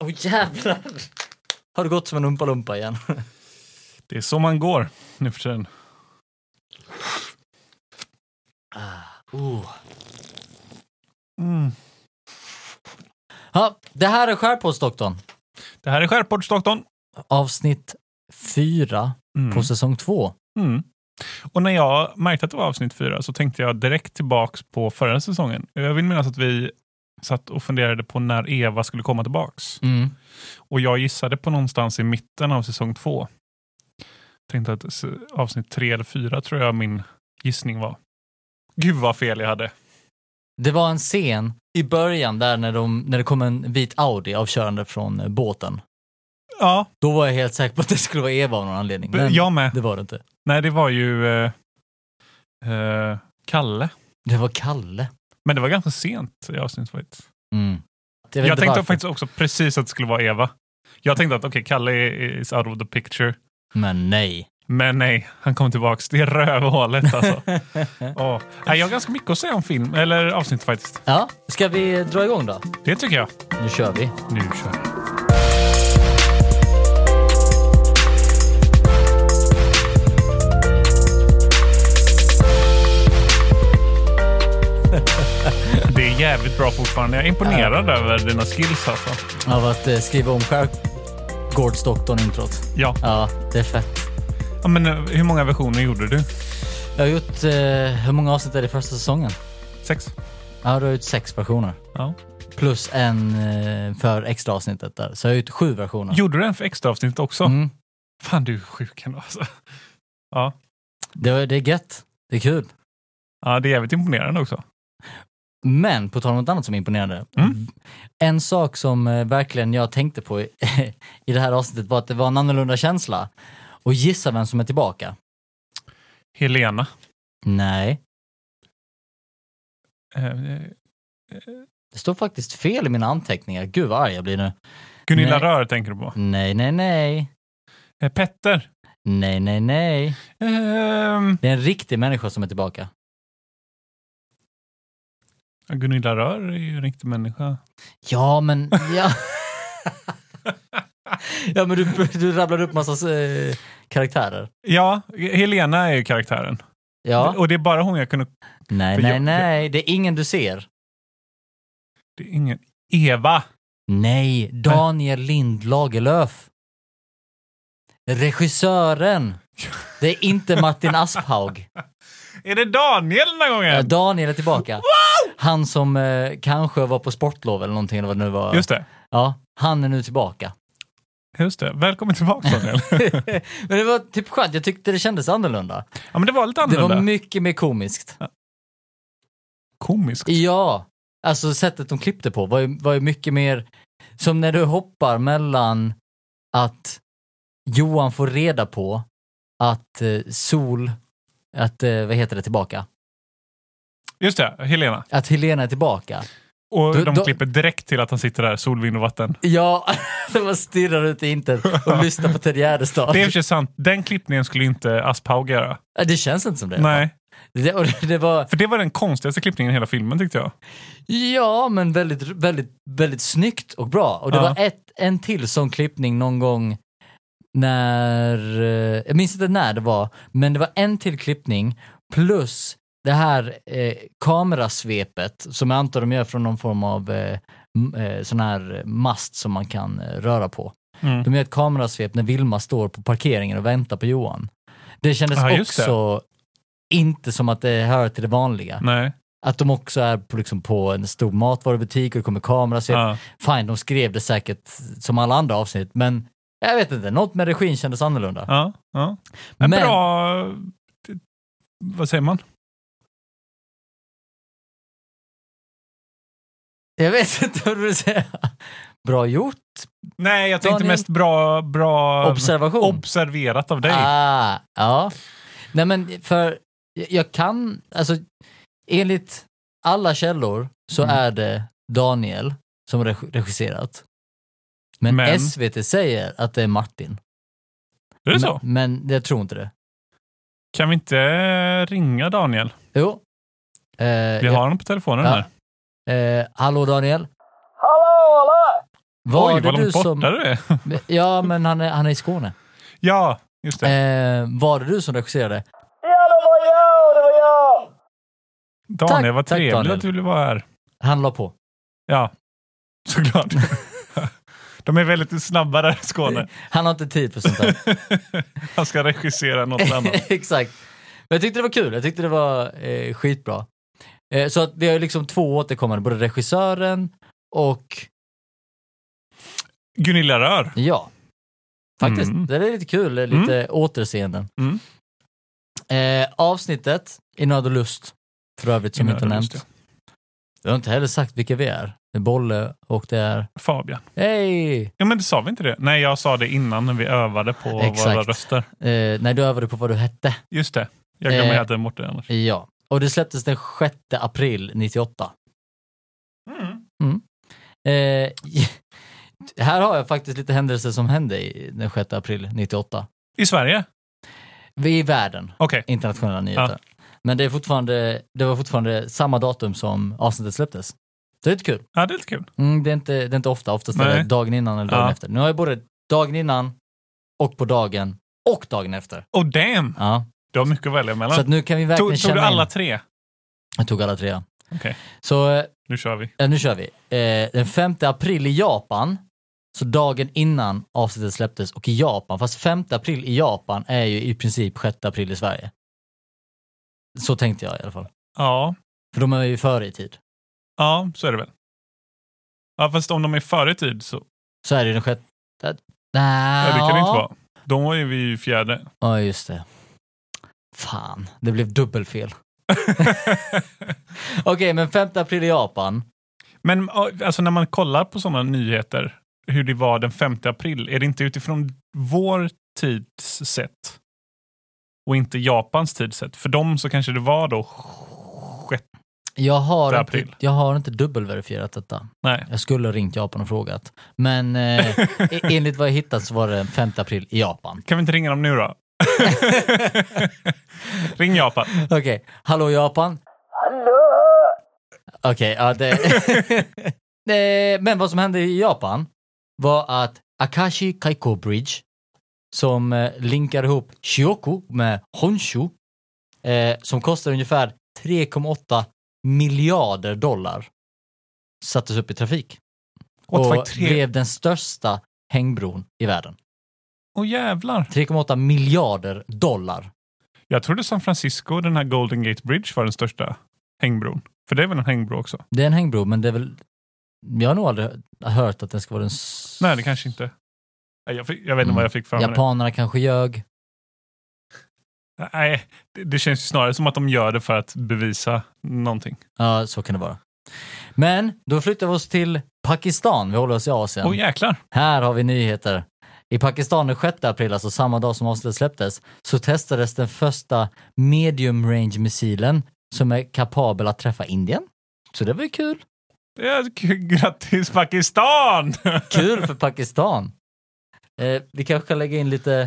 Jävlar. Har du gått som en umpa-lumpa igen? Det är så man går nu för tiden. Ja, det här är Skärpoddsdoktorn. Det här är Skärpoddsdoktorn. Avsnitt 4 på säsong 2. Och när jag märkte att det var avsnitt 4 så tänkte jag direkt tillbaks på förra säsongen. Jag vill minnas att vi satt och funderade på när Eva skulle komma tillbaks. Och jag gissade på någonstans i mitten av säsong 2. Tänkte att avsnitt 3 eller 4 tror jag min gissning var. Gud vad fel jag hade. Det var en scen i början där när det kom en vit Audi avkörande från båten. Ja. Då var jag helt säker på att det skulle vara Eva av någon anledning. Men jag med. Det var det inte. Nej, det var ju Kalle. Det var Kalle. Men det var ganska sent i avsnittet. Jag tänkte faktiskt också precis att det skulle vara Eva. Jag tänkte att okej, Kalle is out of the picture. Men nej, han kom tillbaks. Det är rövhålet alltså. Jag har ganska mycket att säga om film, eller avsnitt faktiskt. Ja, ska vi dra igång då? Det tycker jag. Nu kör vi. Det är jävligt bra fortfarande. Jag är imponerad över dina skills alltså. Av att skriva om Skärgårdsdoktorn-introt. Ja, det är fett. Ja, men hur många versioner gjorde du? Jag har gjort, hur många avsnitt är det i första säsongen? 6. Ja, du har gjort 6 versioner. Ja. Plus en för extra avsnittet där. Så jag har gjort 7 versioner. Gjorde du en för extra avsnittet också? Fan, du är sjuk ändå alltså. Ja. Det är gött. Det är kul. Ja, det är jävligt imponerande också. Men på tal om något annat som är imponerande. En sak som verkligen jag tänkte på i det här avsnittet var att det var en annorlunda känsla. Och gissa vem som är tillbaka. Helena. Nej. Det står faktiskt fel i mina anteckningar. Gud vad arg jag blir nu. Gunilla Rör tänker du på? Nej. Petter? Nej. Det är en riktig människa som är tillbaka. Gunilla Rör är ju en riktig människa. Ja, men... Ja, ja men du rabblar upp massa karaktärer. Ja, Helena är ju karaktären. Ja. Och det är bara hon jag kunde... Nej. Det är ingen du ser. Det är ingen... Eva! Nej, Daniel Lind Lagerlöf. Regissören. Det är inte Martin Asphaug. Är det Daniel den här gången? Ja, Daniel är tillbaka. Wow! Han som kanske var på sportlov eller någonting eller vad det nu var. Just det. Ja, han är nu tillbaka. Just det. Välkommen tillbaka, Daniel. Men det var typ skönt. Jag tyckte det kändes annorlunda. Ja, men det var lite annorlunda. Det var mycket mer komiskt. Ja. Komiskt? Ja. Alltså sättet de klippte på var ju mycket mer som när du hoppar mellan att Johan får reda på att vad heter det, tillbaka. Just det, Helena. Att Helena är tillbaka. Och de klipper direkt till att han sitter där, sol, vind och vatten. Ja, de stirrar ut i intet och lyssnar på Ted Gärdestad. Det är ju sant. Den klippningen skulle inte Asphaug göra. Det känns inte som det. Nej. Det var... För det var den konstigaste klippningen i hela filmen, tyckte jag. Ja, men väldigt, väldigt, väldigt snyggt och bra. Och det var en till sån klippning någon gång när... Jag minns inte när det var, men det var en till klippning plus det här kamerasvepet som jag antar de gör från någon form av sån här mast som man kan röra på. De gör ett kamerasvep när Vilma står på parkeringen och väntar på Johan. Det kändes också inte som att det hör till det vanliga. Nej. Att de också är på en stor matvarubutik och det kommer kamerasvep. Fine, de skrev det säkert som alla andra avsnitt, men jag vet inte, något med regin kändes annorlunda. Ja. Men bra... Vad säger man? Jag vet inte vad du vill säga. Bra gjort. Nej, jag tänkte mest bra observation. Observerat av dig. Ja. Nej, men för jag kan, alltså enligt alla källor så är det Daniel som regisserat. Men SVT säger att det är Martin. Är det så? Men jag tror inte det. Kan vi inte ringa Daniel? Jo. Vi har honom på telefonen här. Hallå Daniel? Hallå! Oj, vad långt borta du är. Ja, men han är i Skåne. Ja, just det. Var det du som regisserade? Ja, det var jag! Daniel, vad trevligt Daniel. att du ville vara här. Han la på. Ja, såklart. De är väldigt snabba där i Skåne. Han har inte tid för sånt här. Han ska regissera något annat. Exakt. Men jag tyckte det var kul. Jag tyckte det var skitbra. Så att vi har liksom 2 återkommande. Både regissören och... Gunilla Rör. Ja. Faktiskt. Det är lite kul. Lite återseenden. Avsnittet i Nöd och lust. För övrigt som inte nämnt. Ja. Jag har inte heller sagt vilka vi är. Det är Bolle och det är... Fabian. Hej! Ja, men det sa vi inte det. Nej, jag sa det innan när vi övade på våra röster. Nej, du övade på vad du hette. Just det. Jag glömmer att det är borta annars. Ja. Och det släpptes den 6 april 98. Här har jag faktiskt lite händelser som hände den 6 april 98. I Sverige? Vi är i världen. Okay. Internationella nyheter. Ja. Men det var fortfarande samma datum som avsnittet släpptes. Så det är lite kul. Ja, det är lite kul. Det är inte ofta. Oftast är det dagen innan eller dagen efter. Nu har jag både dagen innan och på dagen och dagen efter. Oh damn! Ja. Du har mycket att välja mellan. Så att nu kan vi verkligen Tog du alla 3? Jag tog alla 3, ja. Okej. Så nu kör vi. Nu kör vi. Den 5 april i Japan, så dagen innan avsnittet släpptes, och i Japan, fast 5 april i Japan är ju i princip 6 april i Sverige. Så tänkte jag i alla fall. Ja. För de är ju före i tid. Ja, så är det väl. Ja, fast om de är före i tid så är det ju den 6. Nej, det kan det inte vara. De var ju vid 4. Ja, just det. Fan, det blev dubbelfel. Okej, men 5 april i Japan. Men alltså när man kollar på sådana nyheter, hur det var den 5 april, är det inte utifrån vår tidssätt och inte Japans tidssätt? För dem så kanske det var då 6 april. Jag har inte dubbelverifierat detta. Nej. Jag skulle ha ringt Japan och frågat. Men enligt vad jag hittat så var det 5 april i Japan. Kan vi inte ringa dem nu då? Ring Japan. Okej. Hallå Japan? Hallå! Okej, ja men vad som hände i Japan var att Akashi Kaiko Bridge, som linkar ihop Shioku med Honshu, som kostar ungefär 3,8 miljarder dollar, sattes upp i trafik. Och blev den största hängbron i världen. Åh jävlar. 3,8 miljarder dollar. Jag trodde San Francisco, den här Golden Gate Bridge, var den största hängbron. För det är väl en hängbro också? Det är en hängbro, men det är väl... Jag har nog aldrig hört att den ska vara den... Nej, det kanske inte. Jag vet inte vad jag fick fram. Japanerna kanske ljög. Nej, det känns ju snarare som att de gör det för att bevisa någonting. Ja, så kan det vara. Men då flyttar vi oss till Pakistan. Vi håller oss i Asien. Åh jäklar. Här har vi nyheter. I Pakistan den 6 april, alltså samma dag som avsnittet släpptes, så testades den första medium range missilen som är kapabel att träffa Indien. Så det var ju kul. Ja, grattis Pakistan! Kul för Pakistan. Vi kanske kan lägga in lite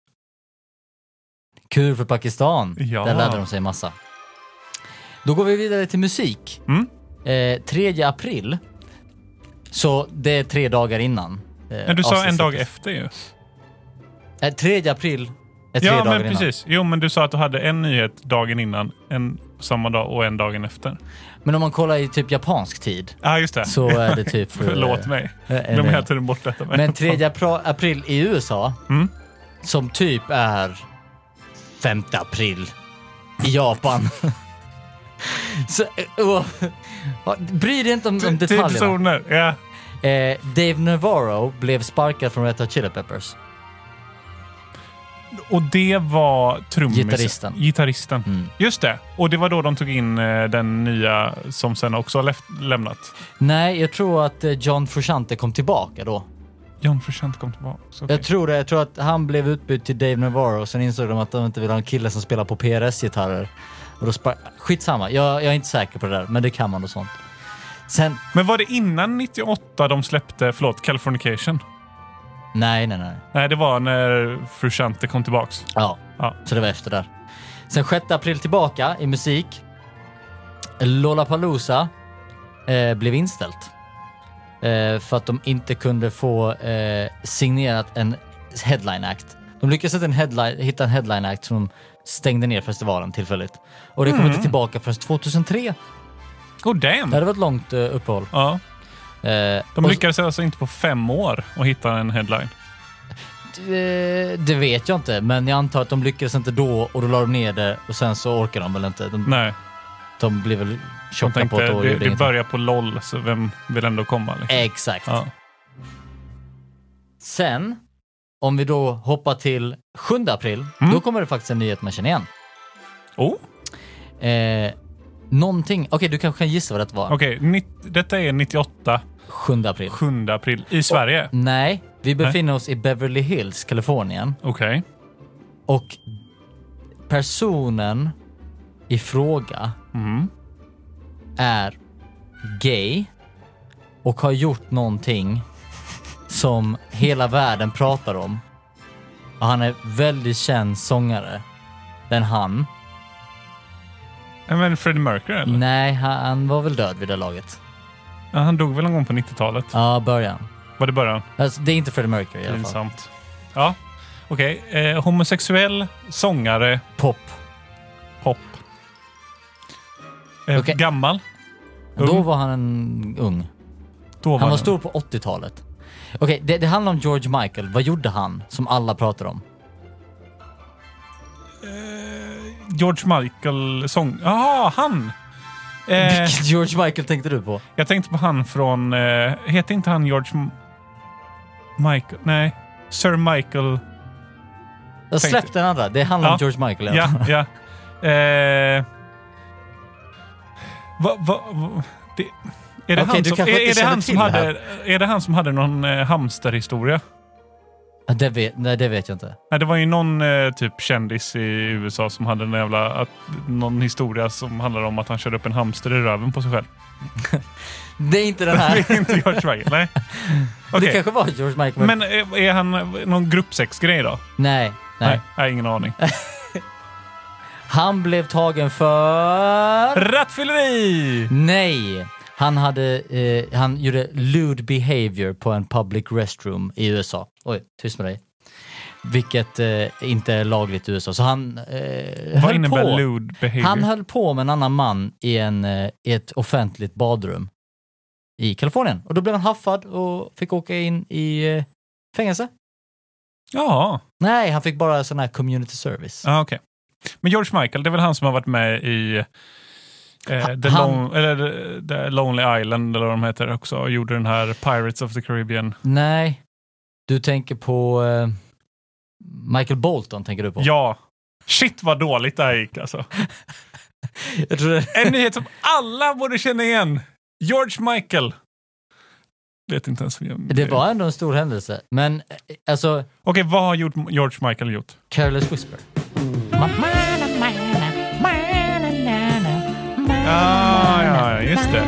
kul för Pakistan. Ja. Där lärde de sig massa. Då går vi vidare till musik. 3 april. Så det är 3 dagar innan. Men du sa en dag efter ju. 3 april är 3 dagar innan. Ja, men precis. Jo, men du sa att du hade en nyhet dagen innan, en samma dag och en dagen efter. Men om man kollar i typ japansk tid. Ja, just det. Så är det typ... Förlåt mig. De här tiden bort detta. Men 3 april i USA, som typ är 5 april i Japan. Så, bry dig inte om detaljerna. Tidszoner, ja. Dave Navarro blev sparkad från Red Hot Chili Peppers. Och det var Gitarristen. Just det. Och det var då de tog in den nya som sen också har lämnat. Nej, jag tror att John Frusciante kom tillbaka då. John Frusciante kom tillbaka. Okay. Jag tror att han blev utbytt till Dave Navarro och sen insåg de att de inte vill ha en kille som spelar på PRS-gitarrer. Och då skitsamma, jag är inte säker på det där, men det kan man och sånt. Sen... Men var det innan 98 de släppte, Californication? Nej. Nej, det var när Frusciante kom tillbaks. Ja, så det var efter där. Sen 6 april tillbaka i musik. Lollapalooza blev inställt. för att de inte kunde få signerat en headline act. De lyckades inte hitta en headline act som stängde ner festivalen tillfälligt. Och det kom inte tillbaka förrän 2003. Oh damn! Det hade varit ett långt uppehåll. Ja. De lyckades alltså inte på 5 år att hitta en headline. Det vet jag inte, men jag antar att de lyckades inte då och då la de ner det och sen så orkar de väl inte. Nej. De blev väl tjocka på det. Det börjar på LOL, så vem vill ändå komma? Liksom? Exakt. Ja. Sen, om vi då hoppar till 7 april, då kommer det faktiskt en nyhet man känner igen. Oh. Någonting, okej, du kanske kan gissa vad det var. Okej, detta är 98. 7 april. 7 april. I Sverige? Nej, vi befinner oss i Beverly Hills, Kalifornien. Okej. Och personen i fråga är gay och har gjort någonting som hela världen pratar om. Och han är väldigt känd sångare. Den han. Men Freddie Mercury eller? Nej, han var väl död vid det laget. Ja, han dog väl någon gång på 90-talet? Ja, början. Var det början? Alltså, det är inte Freddie Mercury i alla fall. Pinsamt. Ja, okej. Homosexuell sångare. Pop. Okej. Gammal. Då var han en ung. Han var stor på 80-talet. Okej, det handlar om George Michael. Vad gjorde han som alla pratar om? George Michael sång... Jaha, han! Vilken George Michael tänkte du på? Jag tänkte på han från... heter inte han George Michael? Nej. Sir Michael... Jag släppte den andra. Det handlar om George Michael. Ja. Är det han som hade någon hamsterhistoria? Det vet jag inte. Nej, det var ju någon typ kändis i USA som hade någon historia som handlar om att han körde upp en hamster i röven på sig själv. Det är inte den här. Det är inte George Michael, nej. Okay. Det kanske var George Michael. Men är han någon gruppsexgrej då? Nej. Jag har ingen aning. Han blev tagen för... rattfylleri! Nej. Han gjorde lewd behavior på en public restroom i USA. Oj, tyst med dig. Vilket inte är lagligt i USA. Så han vad innebär lewd behavior? Han höll på med en annan man i ett offentligt badrum i Kalifornien. Och då blev han haffad och fick åka in i fängelse. Ja. Nej, han fick bara sån här community service. Ja, okej. Men George Michael, det är väl han som har varit med i The Lonely Island eller vad de heter också, och gjorde den här Pirates of the Caribbean. Nej, du tänker på Michael Bolton, tänker du på? Ja. Shit vad dåligt det här gick alltså. Jag tror en nyhet som alla borde känna igen. George Michael. Vet inte ens. Det var ändå en stor händelse. Men alltså... Okej, vad har George Michael gjort? Careless Whisper. Ja, just det.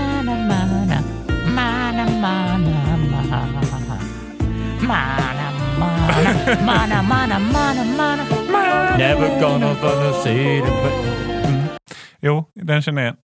Never gonna see the... Jo, den känner jag.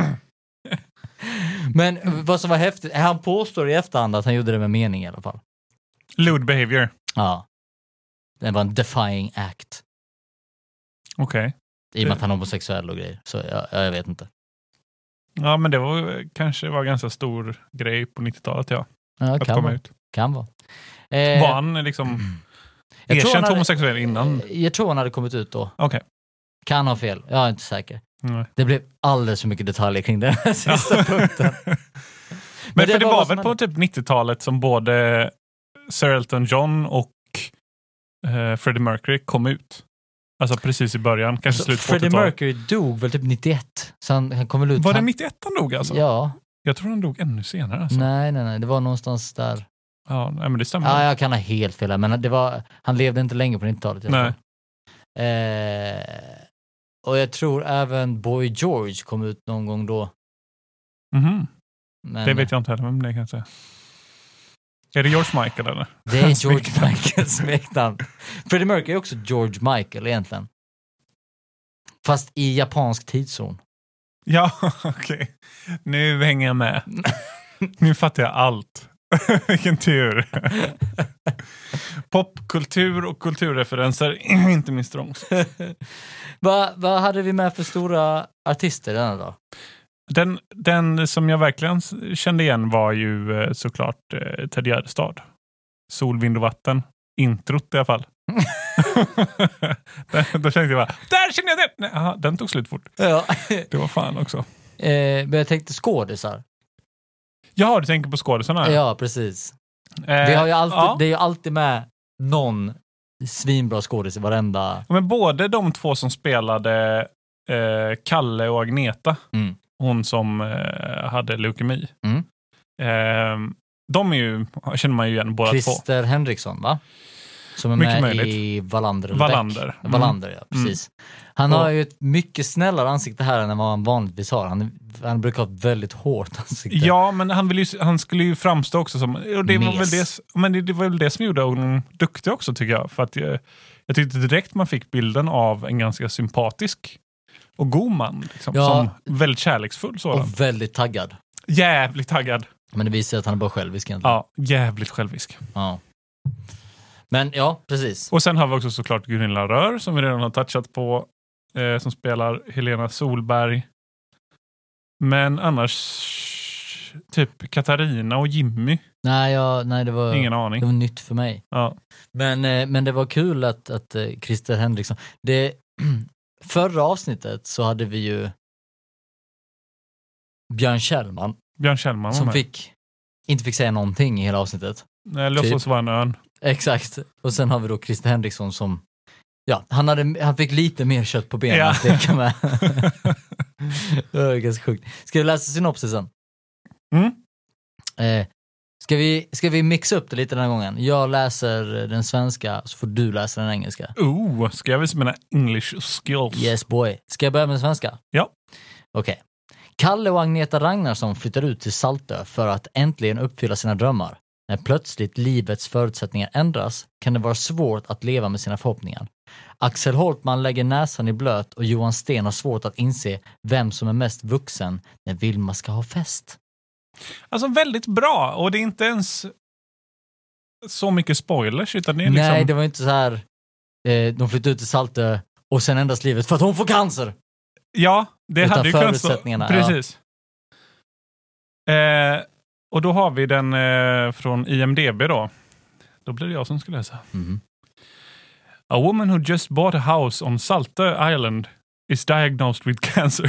Men vad som var häftigt, han påstår i efterhand att han gjorde det med mening i alla fall. Lewd behavior. Ja. Det var en defying act. Okej. I och med att han är homosexuell och grejer. Så jag vet inte. Ja, men det var kanske var ganska stor grej på 90-talet, ja. Ja, att komma ut. Kan vara. Var han liksom erkänt homosexuell innan? Jag tror han hade kommit ut då. Okej. Kan ha fel, jag är inte säker. Nej. Det blev alldeles för mycket detaljer kring den här sista punkten. Men för det var väl på typ 90-talet som både Sir Elton John och Freddie Mercury kom ut. Alltså precis i början, kanske slut på 80-talet. Freddie Mercury dog väl typ 91. Så han kom väl ut. Var det 91 han dog alltså? Ja. Jag tror han dog ännu senare alltså. Nej, det var någonstans där. Ja, nej, men det stämmer. Ja, jag kan ha helt fel, men han levde inte länge på 90-talet. Nej. Och jag tror även Boy George kom ut någon gång då. Mhm. Men det vet jag inte heller, men det kan jag säga. Är det George Michael eller? Det är George Michaels smeknamn. Freddie Mercury är också George Michael egentligen. Fast i japansk tidszon. Ja, okej. Nu hänger jag med. Nu fattar jag allt. Vilken tur. Popkultur och kulturreferenser, inte min strong. Vad hade vi med för stora artister denna dag? Den som jag verkligen kände igen var ju såklart Ted Gärdestad. Sol, vind och vatten. Introt i alla fall. Då kände jag bara, där känner jag det! Aha, den tog slut fort. Ja. Det var fan också. Men jag tänkte skådisar. Ja, du tänker på skådisarna? Ja, precis. Vi har ju alltid, det är ju alltid med någon svinbra skådis i varenda... Men både de två som spelade Kalle och Agneta, hon som hade leukemi. De är ju, känner man ju igen båda två. Christer Henriksson, va? Som är mycket med möjligt. i Wallander. Wallander, ja, precis. Han har ju ett mycket snällare ansikte här än vad han vanligtvis har. Han brukar ha ett väldigt hårt ansikte. Ja, men han skulle ju framstå också som... Och det var väl det, men det var väl det som gjorde honom duktig också, tycker jag. För att jag tyckte direkt man fick bilden av en ganska sympatisk och god man. Liksom, som väldigt kärleksfull sådan. Och väldigt taggad. Jävligt taggad. Men det visar att han är bara självisk egentligen. Ja, jävligt självisk. Ja. Men ja, precis. Och sen har vi också såklart Gunilla Rör som vi redan har touchat på. Som spelar Helena Solberg. Men annars typ Katarina och Jimmy. Nej, det var ingen aning. Det var nytt för mig. Ja. Men det var kul att Christer Henriksson... Förra avsnittet så hade vi ju Björn Kjellman som inte fick säga någonting i hela avsnittet. Nej, låtsas vara en ön. Exakt. Och sen har vi då Christer Henriksson som han fick lite mer kött på benen att leka med. Det är ganska sjukt. Ska vi läsa synopsisen? Ska vi mixa upp det lite den här gången? Jag läser den svenska så får du läsa den engelska. Ska jag visa mina English skills? Yes boy. Ska jag börja med den svenska? Ja. Okej. Kalle och Agneta Ragnarsson flyttar ut till Saltö för att äntligen uppfylla sina drömmar. När plötsligt livets förutsättningar ändras kan det vara svårt att leva med sina förhoppningar. Axel Holtman lägger näsan i blöt och Johan Sten har svårt att inse vem som är mest vuxen när Vilma ska ha fest. Alltså väldigt bra, och det är inte ens så mycket spoilers utan det är liksom... Nej, det var inte så här de flyttar ut till Saltö och sen ändras livet för att hon får cancer. Ja, det utan hade ju kunnat stå. Precis. Och då har vi den från IMDb då. Då blir det jag som ska läsa. A woman who just bought a house on Saltö Island is diagnosed with cancer.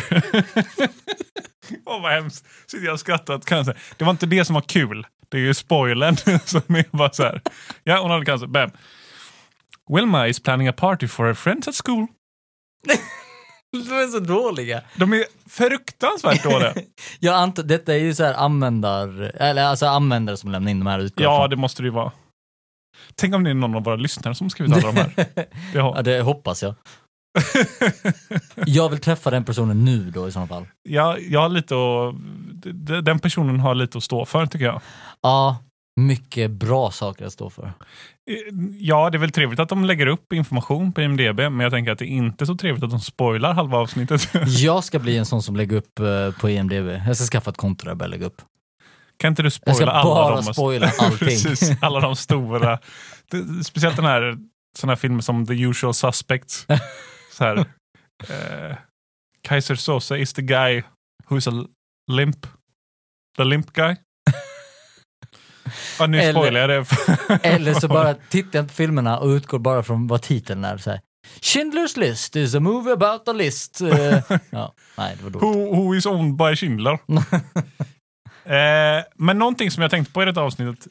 Vad hemskt. Sitter jag och skrattar åt cancer. Det var inte det som var kul. Det är ju spoilern som är bara så här. Ja, hon hade cancer. Bam. Wilma is planning a party for her friends at school. De är så dåliga. De är fruktansvärt dåliga. Jag antar, detta är ju så här användare som lämnar in de här utgåvorna. Ja, det måste det ju vara. Tänk om det är någon av våra lyssnare som skrivit alla de här. Ja, det hoppas jag. Jag vill träffa den personen nu då i så fall. Ja, jag har lite den personen har lite att stå för, tycker jag. Ja, mycket bra saker att stå för. Ja, det är väl trevligt att de lägger upp information på IMDb, men jag tänker att det är inte så trevligt att de spoilar halva avsnittet. Jag ska bli en sån som lägger upp på IMDb. Jag ska skaffa ett konto där jag börjar lägga upp. Kan inte du spoila alla? Jag ska bara spoila allting. Precis, alla de stora. Speciellt såna här filmer som The Usual Suspects. Så här. Kaiser Soze is the guy who's a limp. The limp guy. Ja, nu spoilar jag det. Eller så bara tittar jag på filmerna och utgår bara från vad titeln är. Så här. Schindler's List is a movie about a list. Ja, nej, det var dåligt. Who is owned by Schindler. Men någonting som jag tänkte på i det avsnittet,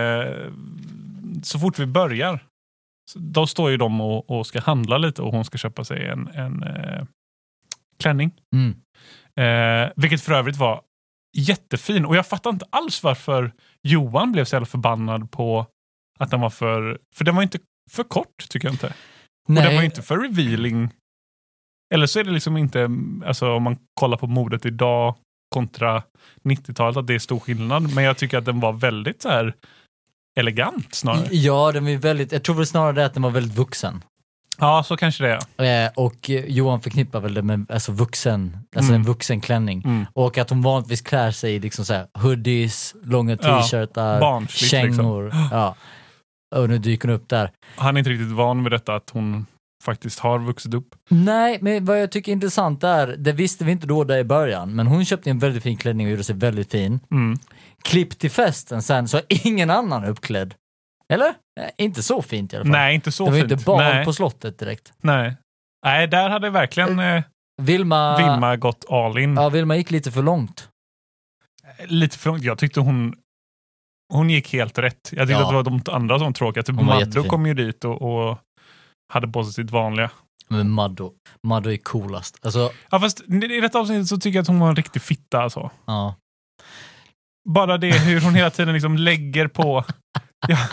så fort vi börjar, då står ju de och ska handla lite och hon ska köpa sig en klänning. Vilket för övrigt var jättefin. Och jag fattar inte alls varför Johan blev så jävla förbannad på att den var för den var inte för kort, tycker jag inte. Nej. Och den var inte för revealing. Eller så är det liksom inte, alltså om man kollar på modet idag kontra 90-talet, att det är stor skillnad. Men jag tycker att den var väldigt så här elegant snarare. Ja, den var väldigt, jag tror väl snarare det att den var väldigt vuxen. Ja, så kanske det är. Och Johan förknippar väl det med en vuxen klänning. Och att hon vanligtvis klär sig i liksom så här hoodies, långa t-shirtar, barnsligt, kängor. liksom. Ja. Och nu dyker hon upp där. Han är inte riktigt van vid detta, att hon faktiskt har vuxit upp. Nej, men vad jag tycker är intressant är, det visste vi inte då där i början, men hon köpte en väldigt fin klänning och gjorde sig väldigt fin. Klipp till festen sen så är ingen annan uppklädd. Eller? Inte så fint i alla fall. Nej, inte så fint. Det var inte bal på slottet direkt. Nej, där hade verkligen Vilma gått all in. Ja, Vilma gick lite för långt. Lite för långt. Jag tyckte hon gick helt rätt. Jag tyckte att det var de andra som var tråkiga. Typ Maddo kom ju dit och hade på sig sitt vanliga. Men Maddo är coolast. Alltså... Ja, fast i detta avsnitt så tycker jag att hon var en riktig fitta. Alltså. Ja. Bara det hur hon hela tiden liksom lägger på... Ja.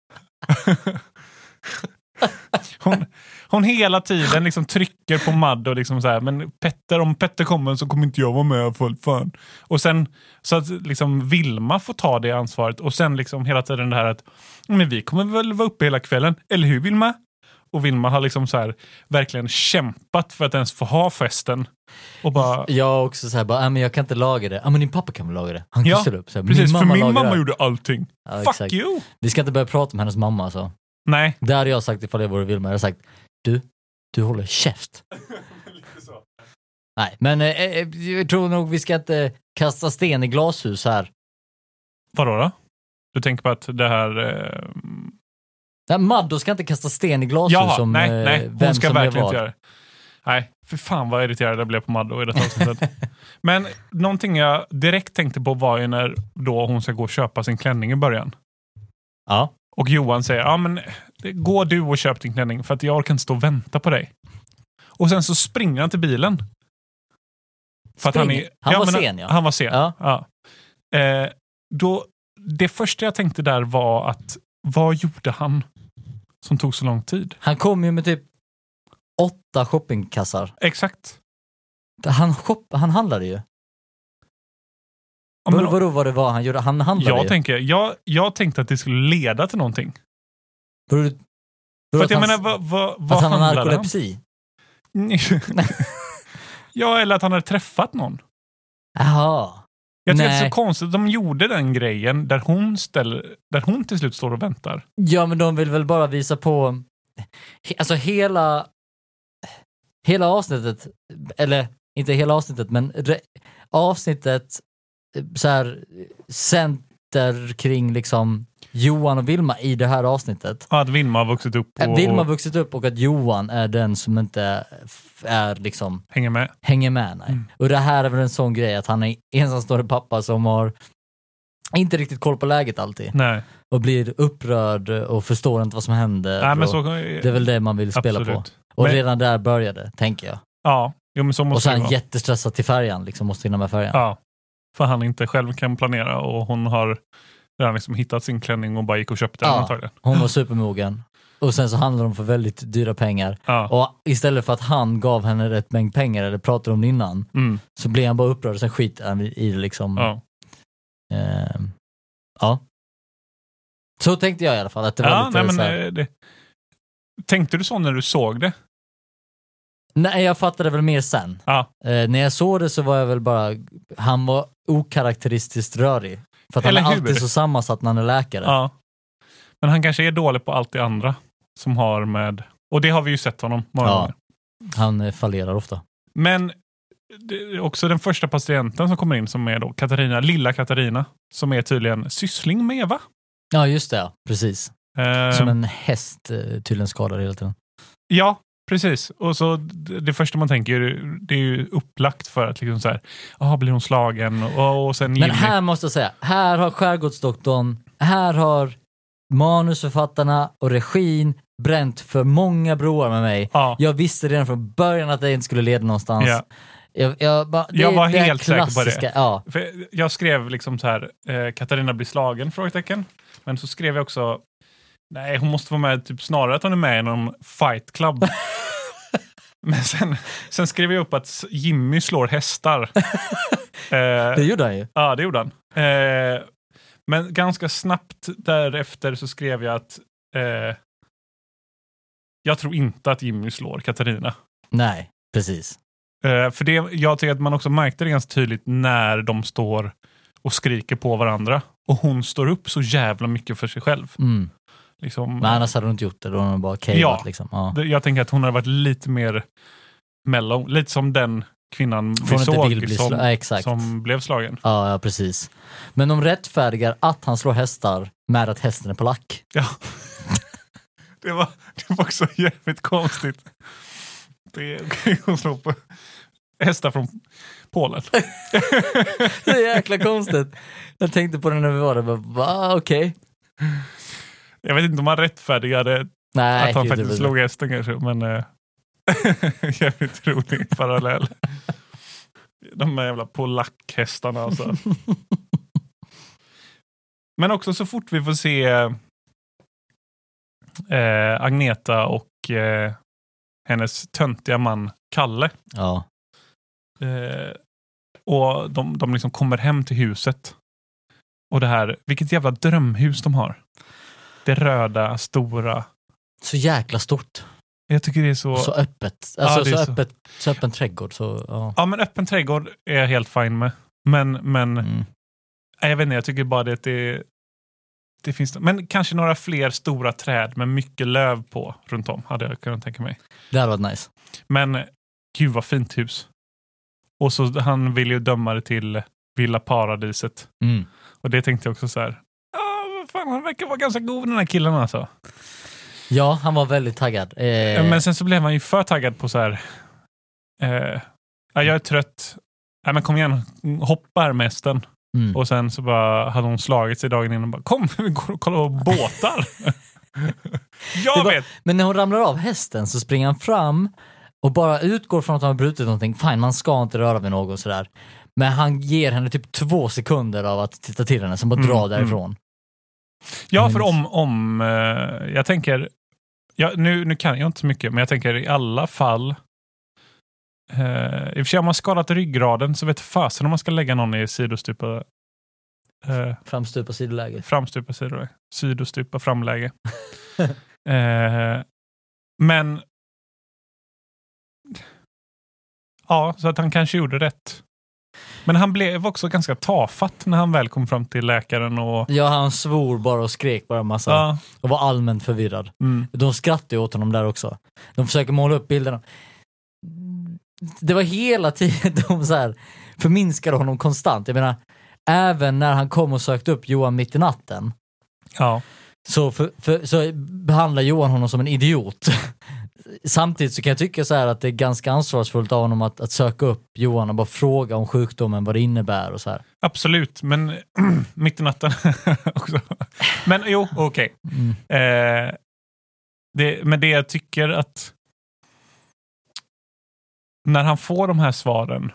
Hon hela tiden liksom trycker på Maddo liksom så här, men om Petter kommer så kommer inte jag vara med för fan. Och sen så att liksom Vilma får ta det ansvaret och sen liksom hela tiden det här att men vi kommer väl vara uppe hela kvällen, eller hur Vilma? Och Vilma har liksom så här verkligen kämpat för att ens få ha festen. Och bara... Jag också så här, bara, men jag kan inte laga det. Men din pappa kan väl laga det. Han kan ställa upp. Så här, precis, för min mamma gjorde allting. Ja, fuck exakt. you! Vi ska inte börja prata om hennes mamma alltså. Nej. Det hade jag sagt ifall jag vore Vilma. Jag hade sagt, du håller käft. Nej, men jag tror nog vi ska inte kasta sten i glashus här. Vadå då? Du tänker på att det här... Nej, Maddo ska inte kasta sten i glashus. Jaha, som nej. Hon ska verkligen inte göra det. Nej, för fan vad irriterad jag blev på Maddo i detta avsnittet. Men någonting jag direkt tänkte på var ju när då hon ska gå och köpa sin klänning i början. Ja. Och Johan säger, men gå du och köp din klänning för att jag orkar inte stå och vänta på dig. Och sen så springer han till bilen. För att han var sen, ja. Han var sen, ja. Då, det första jag tänkte där var att, vad gjorde han som tog så lång tid? Han kom ju med typ 8 shoppingkassar. Exakt. Han handlade ju. Vadå vad det var han gjorde? Han handlade jag tänkte att det skulle leda till någonting. För att jag menar, vad att han har narkolepsi? Ja, eller att han hade träffat någon. Jaha. Jag tycker det är så konstigt att de gjorde den grejen där hon till slut står och väntar. Ja, men de vill väl bara visa på alltså hela avsnittet, eller inte hela avsnittet, men avsnittet så här center kring liksom Johan och Vilma i det här avsnittet. Ja, att Vilma har vuxit upp. Vilma har vuxit upp och att Johan är den som inte är liksom... Hänger med, nej. Och det här är väl en sån grej att han är ensamstående pappa som har inte riktigt koll på läget alltid. Nej. Och blir upprörd och förstår inte vad som händer. Nej, men så, det är väl det man vill spela på. Och redan där började, tänker jag. Ja. Jo, men så måste och sen jättestressad till färjan, liksom måste hinna med färjan. Ja. För han inte själv kan planera och hon har redan liksom hittat sin klänning och bara gick och köpte den antagligen. Hon var supermogen. Och sen så handlar de för väldigt dyra pengar. Ja. Och istället för att han gav henne rätt mängd pengar eller pratade om det innan så blev han bara upprörd och sen skit i det liksom. Ja. Ja. Så tänkte jag i alla fall. Att det var lite Tänkte du så när du såg det? Nej, jag fattade väl mer sen. Ja. När jag såg det så var jag väl bara... Han var okaraktäristiskt rörig. För att han är alltid så sammansatt när han är läkare. Ja. Men han kanske är dålig på allt det andra som har med... Och det har vi ju sett honom många gånger. Han fallerar ofta. Men också den första patienten som kommer in som är då lilla Katarina, som är tydligen syssling med Eva. Ja, just det. Precis. Som en häst tydligen skadar hela tiden. Ja, precis. Och så det första man tänker, det är ju upplagt för att liksom så här, blir hon slagen? Och sen men här måste jag säga, här har Skärgårdsdoktorn, här har manusförfattarna och regin bränt för många broar med mig. Ja. Jag visste redan från början att det inte skulle leda någonstans. Ja. Jag var helt säker på det. Ja. För jag skrev liksom så här, Katarina blir slagen, frågetecken. Men så skrev jag också, nej, hon måste vara med, typ snarare att hon är med i någon fight club. Men sen skrev jag upp att Jimmy slår hästar. Det gjorde han ju. Ja, det gjorde han. Men ganska snabbt därefter så skrev jag att jag tror inte att Jimmy slår Katarina. Nej, precis. För det, jag tycker att man också märkte det ganska tydligt när de står och skriker på varandra. Och hon står upp så jävla mycket för sig själv. Liksom, men annars hade hon inte gjort det. Då hade hon bara cavat, ja, liksom. Ja. Jag tänker att hon hade varit lite mer mellow. Lite som den kvinnan vi såg som blev slagen. Ja, precis. Men de rättfärdigar att han slår hästar med att hästen är på lack. Ja. det var också jävligt konstigt. Det är okej att slå på hästar från Polen. Det är jäkla konstigt. Jag tänkte på det när vi var där. Va, okej. Jag vet inte om han rättfärdigade att han faktiskt slog hästen kanske. Men jävligt rolig parallell. De här jävla polackhästarna alltså. Men också så fort vi får se Agneta och hennes töntiga man Kalle. Ja. Och de liksom kommer hem till huset. Och det här, vilket jävla drömhus de har. Det röda, stora. Så jäkla stort. Jag tycker det är så öppet. Alltså så öppen trädgård. Så, ja. Ja, men öppen trädgård är jag helt fine med. Men jag vet inte, jag tycker bara det finns. Men kanske några fler stora träd med mycket löv på runt om hade jag kunnat tänka mig. Det hade varit nice. Men gud vad fint hus. Och så han vill ju döma det till Villa Paradiset. Och det tänkte jag också så här. Fan, han verkar vara ganska god den här killen alltså. Ja, han var väldigt taggad. Men sen så blev han ju för taggad på så här. Jag är trött. Men kom igen, hoppa här med hästen. Och sen så bara hade hon slagit sig dagen innan och bara, kom, vi går och kollar på båtar. vet. Men när hon ramlar av hästen så springer han fram och bara utgår från att han har brutit någonting. Fine, man ska inte röra vid någon sådär. Men han ger henne typ 2 sekunder av att titta till henne, som bara drar därifrån. Ja, för om jag tänker, nu kan jag inte så mycket, men jag tänker i alla fall i och för sig om man skadat ryggraden så vet fasen om man ska lägga någon i sidostupa framstupa sidoläge. Framstupa sidoläge. Sidostupa framläge. Men ja, så att han kanske gjorde rätt. Men han blev också ganska tafatt när han väl kom fram till läkaren. Ja, han svor bara och skrek bara en massa. Ja. Och var allmänt förvirrad. De skrattade ju åt honom där också. De försöker måla upp bilderna. Det var hela tiden de så här förminskade honom konstant. Jag menar, även när han kom och sökte upp Johan mitt i natten. Ja. Så behandlar Johan honom som en idiot. Samtidigt så kan jag tycka så här att det är ganska ansvarsfullt av honom att söka upp Johan och bara fråga om sjukdomen, vad det innebär och så här. Absolut, men mitt i natten också. Men jo, okej. Men det jag tycker att när han får de här svaren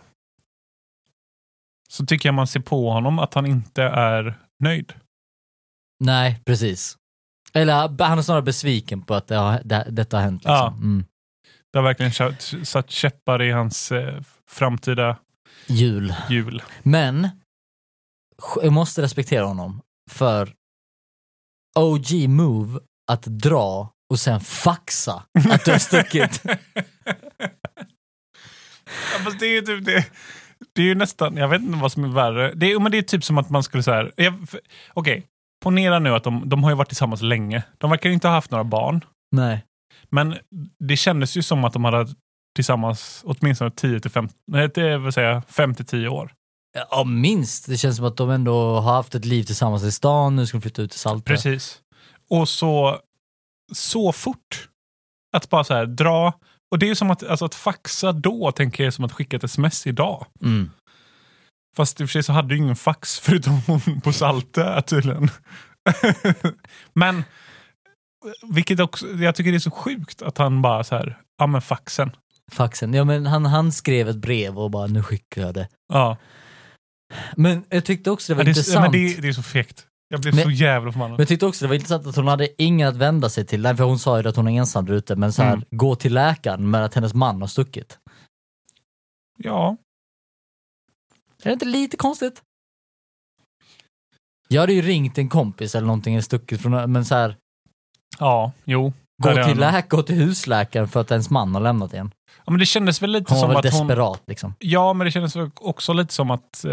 så tycker jag man ser på honom att han inte är nöjd. Nej, precis. Eller han är snarare besviken på att detta har hänt. Liksom. Ja. Det har verkligen satt käppar i hans framtida jul. Men jag måste respektera honom för OG move att dra och sen faxa att du har stuckit. Ja, fast det är ju typ det. Det är ju nästan, jag vet inte vad som är värre. Men det är typ som att man skulle säga okej. Ponera nu att de har ju varit tillsammans länge. De verkar inte ha haft några barn. Nej. Men det kändes ju som att de hade tillsammans åtminstone 5-10 år. Ja, minst. Det känns som att de ändå har haft ett liv tillsammans i stan. Nu ska de flytta ut till Salta. Precis. Och så fort att bara så här dra. Och det är ju som att faxa då, tänker jag, som att skicka ett sms idag. Fast i och för sig så hade ju ingen fax förutom hon på Salta tydligen. Men vilket också, jag tycker det är så sjukt att han bara så här, ja men faxen. Ja men han skrev ett brev och bara, nu skickar jag det. Ja. Men jag tyckte också det var intressant. Men det är så fegt. Jag blev så jävla förbannad. Men jag tyckte också det var intressant att hon hade ingen att vända sig till. För hon sa ju att hon är ensam där ute. Men så här, gå till läkaren med att hennes man har stuckit. Ja. Är det inte lite konstigt? Jag hade ju ringt en kompis eller någonting, eller stuckit från, men så här. Ja, jo. Gå till husläkaren för att ens man har lämnat igen. Ja, men det kändes väl lite hon som var att desperat liksom. Ja, men det kändes också lite som att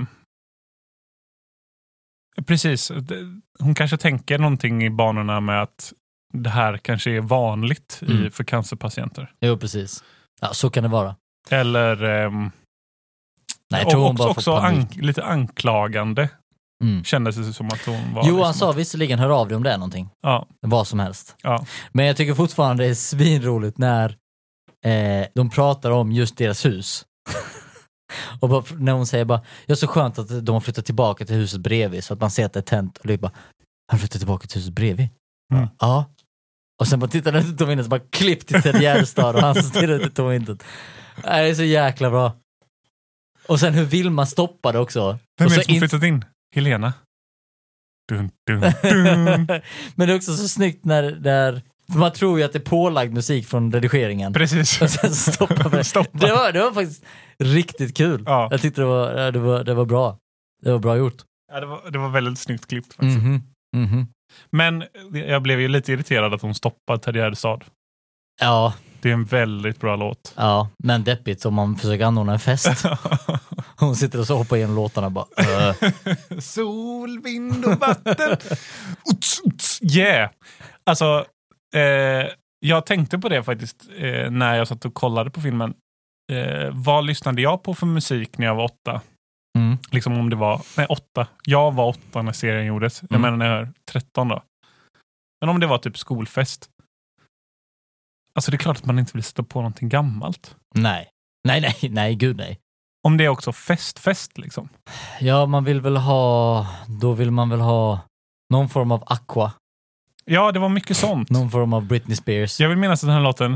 precis, hon kanske tänker någonting i banorna med att det här kanske är vanligt för cancerpatienter. Jo, precis. Ja, så kan det vara. Eller nej, jag tror hon också lite anklagande. Kändes det som att hon var... Johan sa visserligen hör av dig om det är någonting. Ja. Vad som helst. Ja. Men jag tycker fortfarande det är svinroligt när de pratar om just deras hus. Och bara, när hon säger bara, jag är så skönt att de har flyttat tillbaka till huset bredvid så att man ser att det är tänt. Och bara, har du flyttat tillbaka till huset bredvid? Ja. Och sen bara tittar ut i tomvindet så bara klippt till Ted Gärdestad och han stirrar ut i tomvindet. Det är så jäkla bra. Och sen hur Vilma stoppade också. Vem är det som flyttat in? Helena. Dun, dun, dun. Men det är också så snyggt när för man tror ju att det är pålagd musik från redigeringen. Precis. Och sen stoppar det. Det var faktiskt riktigt kul. Ja. Jag tyckte det var bra. Det var bra gjort. Ja, det var väldigt snyggt klippt faktiskt. Men jag blev ju lite irriterad att hon stoppade Ted Gärdestad. Ja. Det är en väldigt bra låt. Ja, men deppigt om man försöker anordna en fest. Hon sitter och så hoppar igenom låtarna bara. Sol, vind och vatten. Yeah. Alltså, jag tänkte på det faktiskt när jag satt och kollade på filmen. Vad lyssnade jag på för musik när jag var 8? Liksom om det var... Nej, 8. Jag var 8 när serien gjordes. Jag menar när jag är 13 då. Men om det var typ skolfest. Alltså det är klart att man inte vill sätta på någonting gammalt. Nej, gud nej. Om det är också fest liksom. Ja, då vill man väl ha någon form av Aqua. Ja, det var mycket sånt. Någon form av Britney Spears. Jag vill minnas att den här låten...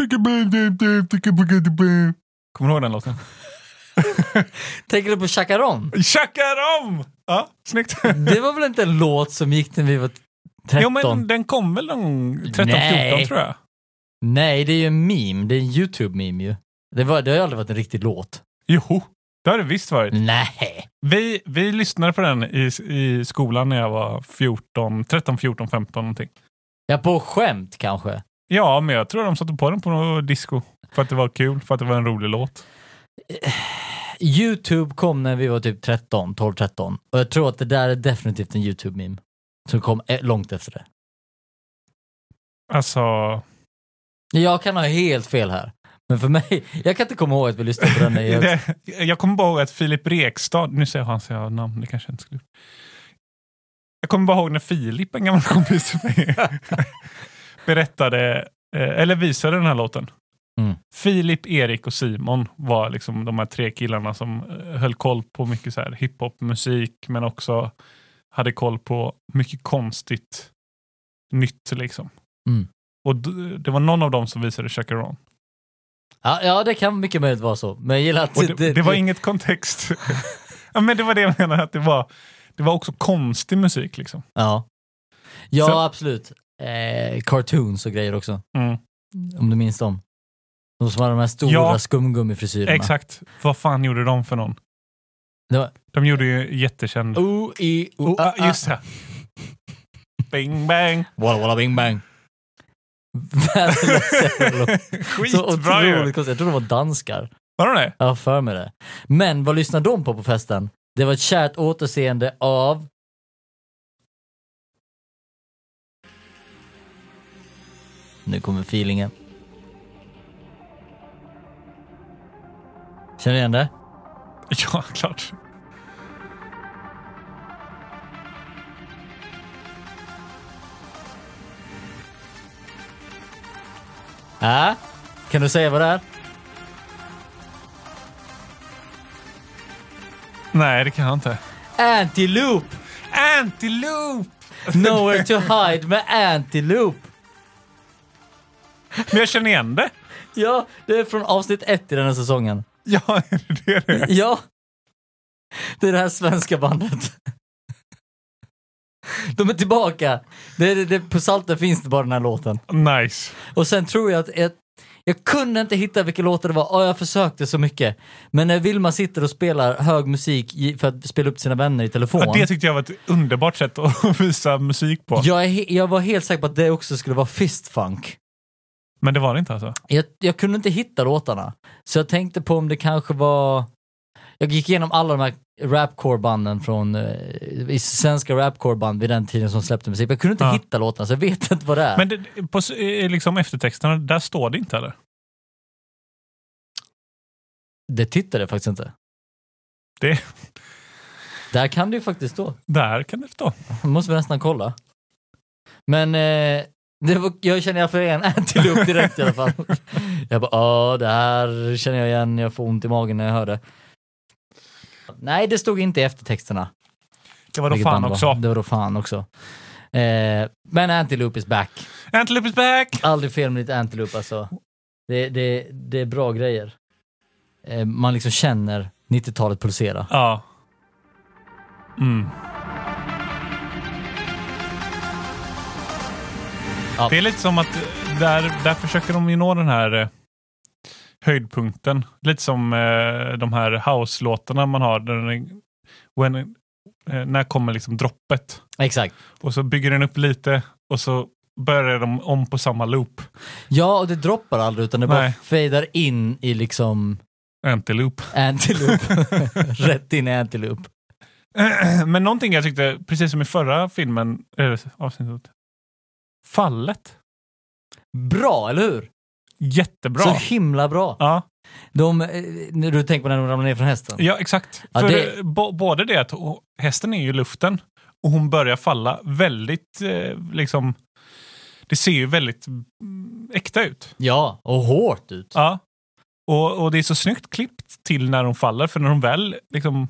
Kommer du ihåg den låten? Tänker du på Chacaron? Chacaron! Ja, snyggt. Det var väl inte en låt som gick när vi var 13? Jo, men den kom väl någon 13-14 tror jag. Nej, det är ju en meme. Det är en YouTube-meme ju. Det har ju aldrig varit en riktig låt. Jo, det har det visst varit. Nej. Vi lyssnade på den i skolan när jag var 13, 14, 15 någonting. Ja, på skämt kanske. Ja, men jag tror de satte på den på någon disco. För att det var kul, för att det var en rolig låt. YouTube kom när vi var typ 12-13. Och jag tror att det där är definitivt en YouTube-meme. Som kom långt efter det. Alltså... Jag kan ha helt fel här. Men för mig, jag kan inte komma ihåg att vi lyssnade på den. Jag kommer bara ihåg att Filip Rekstad, nu säger han så jag namn, det kanske inte skulle. Jag kommer bara ihåg när Filip, en gammal kompis till mig, berättade, eller visade den här låten. Filip, Erik och Simon var liksom de här 3 killarna som höll koll på mycket så här hiphop-musik, men också hade koll på mycket konstigt nytt liksom. Och det var någon av dem som visade Chacaron. Ja, det kan mycket möjligt vara så. Men jag gillar att det var inget kontext. Ja, men det var det jag menade, att det var också konstig musik liksom. Ja, så. Absolut. Cartoons och grejer också. Om du minns dem. De som har de här stora skumgummifrisyrerna. Exakt. Vad fan gjorde de för någon? De gjorde ju jättekänd. Just det. Bing bang. Walla bing bang. Skitbra ju. Jag tror de var danskar. Var de det? Ja, för mig det. Men vad lyssnade de på festen? Det var ett kärt återseende av... Nu kommer feelingen. Känner du igen det? Ja, klart. Kan du säga vad det är? Nej, det kan jag inte. Antiloop! Nowhere to hide med Antiloop. Men jag känner igen det. Ja, det är från avsnitt 1 i den här säsongen. Ja, det är det. Ja. Det är det här svenska bandet. De är tillbaka. På Salten finns det bara den här låten. Nice. Och sen tror jag att Jag kunde inte hitta vilka låtar det var. Jag försökte så mycket. Men när Vilma sitter och spelar hög musik för att spela upp sina vänner i telefon. Ja, det tyckte jag var ett underbart sätt att visa musik på. Jag var helt säker på att det också skulle vara fistfunk. Men det var det inte alltså? Jag kunde inte hitta låtarna. Så jag tänkte på om det kanske var... Jag gick igenom alla de här rapcore-banden från i svenska rapcore-band vid den tiden som släppte musik. Jag kunde inte hitta låtarna, så jag vet inte vad det är. Men det, på liksom eftertexterna, där står det inte, eller? Det tittade jag faktiskt inte. Där kan det ju faktiskt stå. Där kan det stå. Måste vi nästan kolla. Men jag känner för en Antelope direkt i alla fall. Jag bara, det här känner jag igen. Jag får ont i magen när jag hör det. Nej, det stod inte i eftertexterna. Det var då fan också. Det var då fan också. Men Antelope is back. Antelope is back! Aldrig fel med lite Antelope alltså. Det är bra grejer. Man liksom känner 90-talet pulsera. Ja. Ja. Det är lite som att där försöker de ju nå den här höjdpunkten. Lite som de här house-låtarna man har. När kommer liksom droppet. Exakt. Och så bygger den upp lite och så börjar de om på samma loop. Ja, och det droppar aldrig utan det bara fadar in i liksom... Antelope. Rätt in i Antelope. Men någonting jag tyckte, precis som i förra filmen, avsnittet, fallet. Bra, eller hur? Jättebra. Så himla bra. Ja. När du tänker på när de ramlar ner från hästen. Ja, exakt. Ja, för både det att hästen är ju i luften och hon börjar falla väldigt, liksom, det ser ju väldigt äkta ut. Ja, och hårt ut. Ja. Och det är så snyggt klippt till när hon faller, för när hon väl liksom,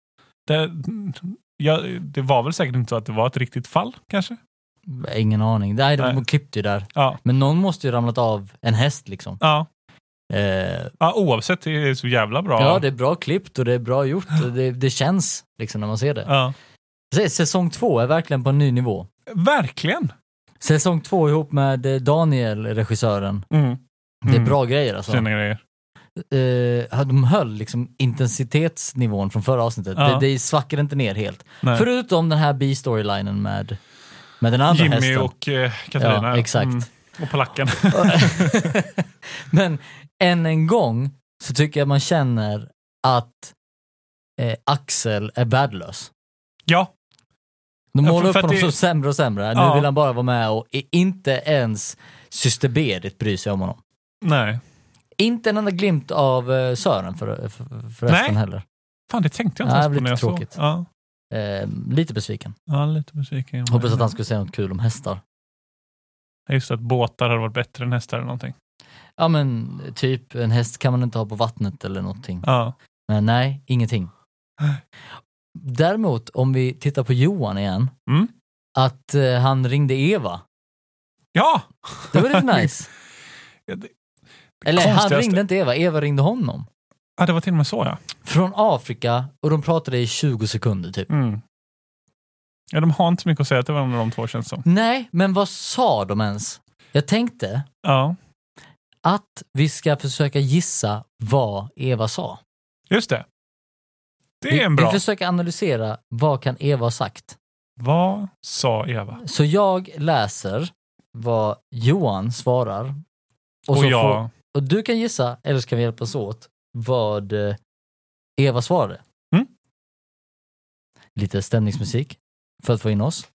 det var väl säkert inte så att det var ett riktigt fall, kanske? Ingen aning. Nej, de klippte ju där. Ja. Men någon måste ju ramlat av en häst liksom. Ja. Oavsett, det är så jävla bra. Ja, det är bra klippt och det är bra gjort. Och det känns liksom när man ser det. Ja. Säsong 2 är verkligen på en ny nivå. Verkligen. Säsong 2 ihop med Daniel, regissören. Det är bra grejer alltså. Fina grejer. De höll liksom intensitetsnivån från förra avsnittet. Ja. Det svackade inte ner helt. Nej. Förutom den här B-storylinen med den andra Jimmy hästen. och Katarina. Ja, exakt. Och polacken. Men än en gång så tycker jag man känner att Axel är värdelös. Ja. De målar upp honom så sämre och sämre. Ja. Nu vill han bara vara med och inte ens Syster Berit bryr sig om honom. Nej. Inte en enda glimt av Sören förresten heller. Fan, det tänkte jag inte ens på när jag tråkigt. såg. Ja. Lite besviken. Ja, lite besviken. Hoppas att han skulle säga något kul om hästar. Just att båtar hade varit bättre än hästar eller någonting. Ja, men typ en häst kan man inte ha på vattnet eller någonting. Ja. Men nej, ingenting. Däremot, om vi tittar på Johan igen, att han ringde Eva. Ja! Det var lite nice. Eller han ringde inte Eva ringde honom. Ja, det var till och med så, ja. Från Afrika, och de pratade i 20 sekunder typ. Ja, de har inte mycket att säga till varandra, de två, känns som. Nej, men vad sa de ens? Jag tänkte att vi ska försöka gissa vad Eva sa. Just det. Det är en bra. Vi försöker analysera vad kan Eva ha sagt. Vad sa Eva? Så jag läser vad Johan svarar. Och du kan gissa, eller ska vi hjälpas åt, vad Eva svarade. Lite stämningsmusik för att få in oss.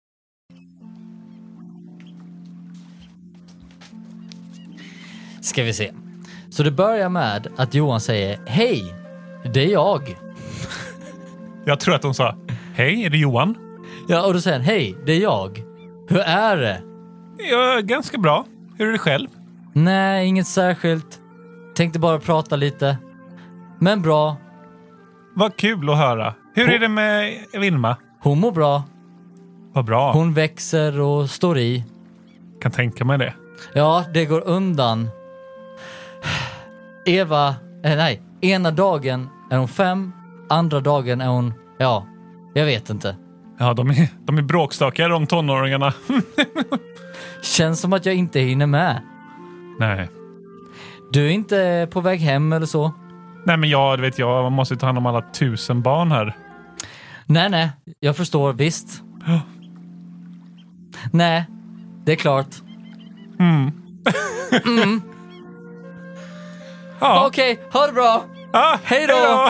Ska vi se. Så det börjar med att Johan säger: hej, det är jag. Jag tror att hon sa: hej, är det Johan? Ja, och då säger han: hej, det är jag. Hur är det? Ja, ganska bra. Hur är det själv? Nej, inget särskilt. Tänkte bara prata lite. Men bra. Vad kul att höra. Hur är det med Vilma? Hon mår bra. Vad bra. Hon växer och står i. Kan tänka mig det. Ja, det går undan. Ena dagen är hon 5, andra dagen är hon, jag vet inte. Ja, de är bråkstakar, de tonåringarna. Känns som att jag inte hinner med. Nej. Du är inte på väg hem eller så? Nej, men jag måste ta hand om alla 1000 barn här. Nej, jag förstår, visst. Nej, det är klart. Ja. Okej, ha det bra. Hej då.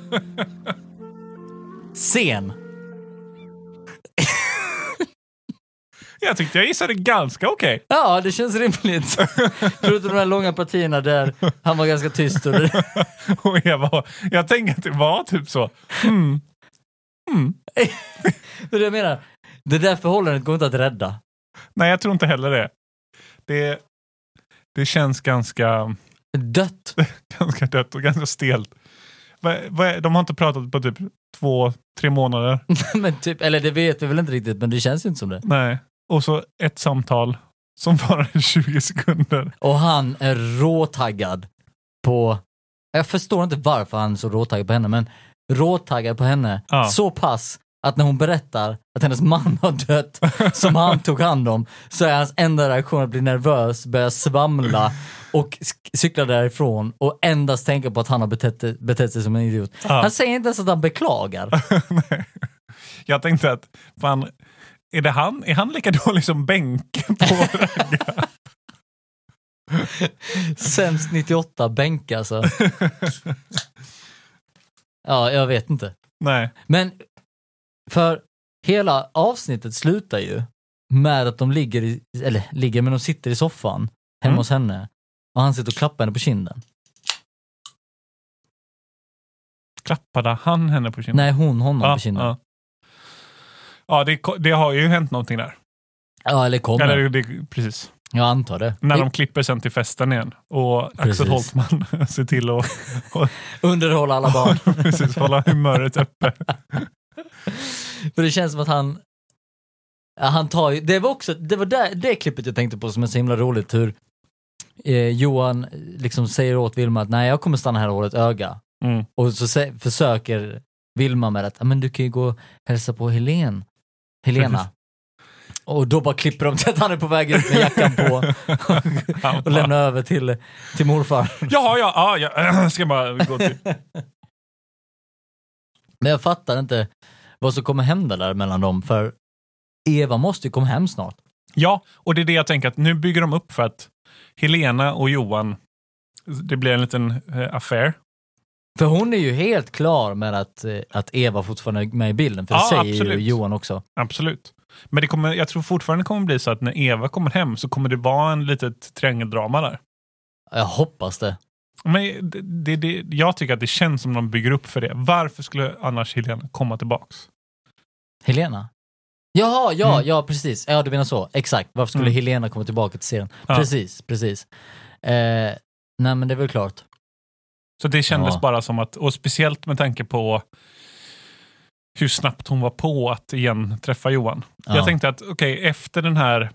Sen. Jag tyckte jag gissade ganska okej. Ja, det känns rimligt. Förutom de här långa partierna där han var ganska tyst. Och jag tänkte att det var typ så. Vad jag menar, det där förhållandet går inte att rädda. Nej, jag tror inte heller det. Det känns ganska dött. Ganska dött och ganska stelt. De har inte pratat på typ 2-3 månader. Men typ, eller det vet vi väl inte riktigt, men det känns inte som det. Nej. Och så ett samtal som varar 20 sekunder. Och han är råtaggad på... Jag förstår inte varför han är så råtaggad på henne, men råtaggad på henne så pass att när hon berättar att hennes man har dött som han tog hand om, så är hans enda reaktion att bli nervös, börja svamla och cykla därifrån och endast tänka på att han har betett sig som en idiot. Han säger inte ens att han beklagar. Nej. Jag tänkte att fan, är han lika dålig som Benke på ragga? Sämst 98 Benke alltså. Ja, jag vet inte. Nej. Men för hela avsnittet slutar ju med att de men de sitter i soffan hemma hos henne och han sitter och klappar henne på kinden. Klappade han henne på kinden? Nej, honom på kinden. Ja, det har ju hänt någonting där. Ja, eller kommer. Eller precis. Jag antar det. När de klipper sen till festen igen. Och precis. Axel Holtman ser till att underhålla alla barn. Precis, hålla humöret uppe. För det känns som att han tar ju, det var det klippet jag tänkte på som är så himla roligt, hur Johan liksom säger åt Vilma att nej, jag kommer stanna här och hålla ett öga. Och så försöker Vilma med att men du kan ju gå och hälsa på Helena. Och då bara klipper de till att han är på väg ut med jackan på och lämnar över till morfar. Ja, jag ska bara gå till. Men jag fattar inte vad som kommer hända där mellan dem, för Eva måste ju komma hem snart. Ja, och det är det jag tänker, att nu bygger de upp för att Helena och Johan, det blir en liten affär. För hon är ju helt klar med att Eva fortfarande är med i bilden, för det säger absolut. ju Johan också. Absolut. Men jag tror fortfarande kommer bli så att när Eva kommer hem så kommer det vara en litet triangeldrama där. Jag hoppas det. Men jag tycker att det känns som de bygger upp för det. Varför skulle annars Helena komma tillbaks? Helena? Ja, precis. Ja, du menar så. Exakt. Varför skulle Helena komma tillbaka till serien? Ja. Precis. Nej, men det är väl klart. Så det kändes bara som att, och speciellt med tanke på hur snabbt hon var på att igen träffa Johan. Ja. Jag tänkte att efter den här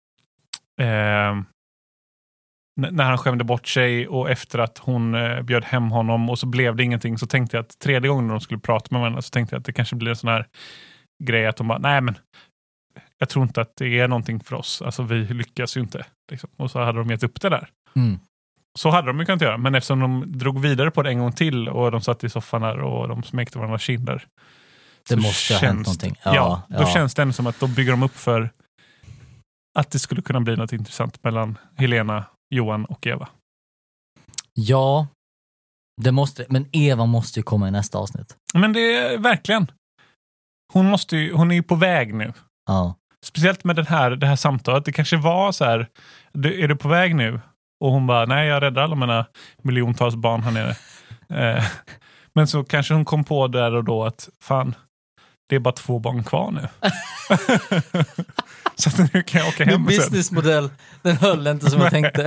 när han skämde bort sig och efter att hon bjöd hem honom och så blev det ingenting, så tänkte jag att tredje gången de skulle prata med varandra så tänkte jag att det kanske blir en sån här grej att de bara, nej men jag tror inte att det är någonting för oss. Alltså vi lyckas ju inte. Liksom. Och så hade de gett upp det där. Så hade de ju kunnat göra. Men eftersom de drog vidare på det en gång till och de satt i soffan där och de smekte varandra kinder. Det måste ha hänt någonting. Då känns det ändå som att de bygger dem upp för att det skulle kunna bli något intressant mellan Helena, Johan och Eva. Ja, det måste, men Eva måste ju komma i nästa avsnitt. Men det är verkligen. Hon är ju på väg nu. Ja. Speciellt med det här samtalet. Det kanske var så här, är du på väg nu? Och hon bara, nej jag räddar alla mina miljontals barn här nere. Men så kanske hon kom på där och då att fan, det är bara 2 barn kvar nu. Så att nu kan jag åka hem. Min businessmodell, den höll inte som jag tänkte.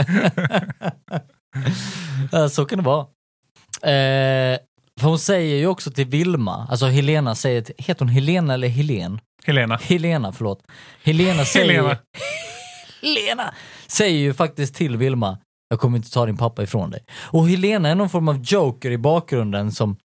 Så kan det vara. För hon säger ju också till Vilma, alltså Helena säger till, heter hon Helena eller Helen? Helena, förlåt. Helena säger ju faktiskt till Vilma, jag kommer inte ta din pappa ifrån dig. Och Helena är någon form av joker i bakgrunden som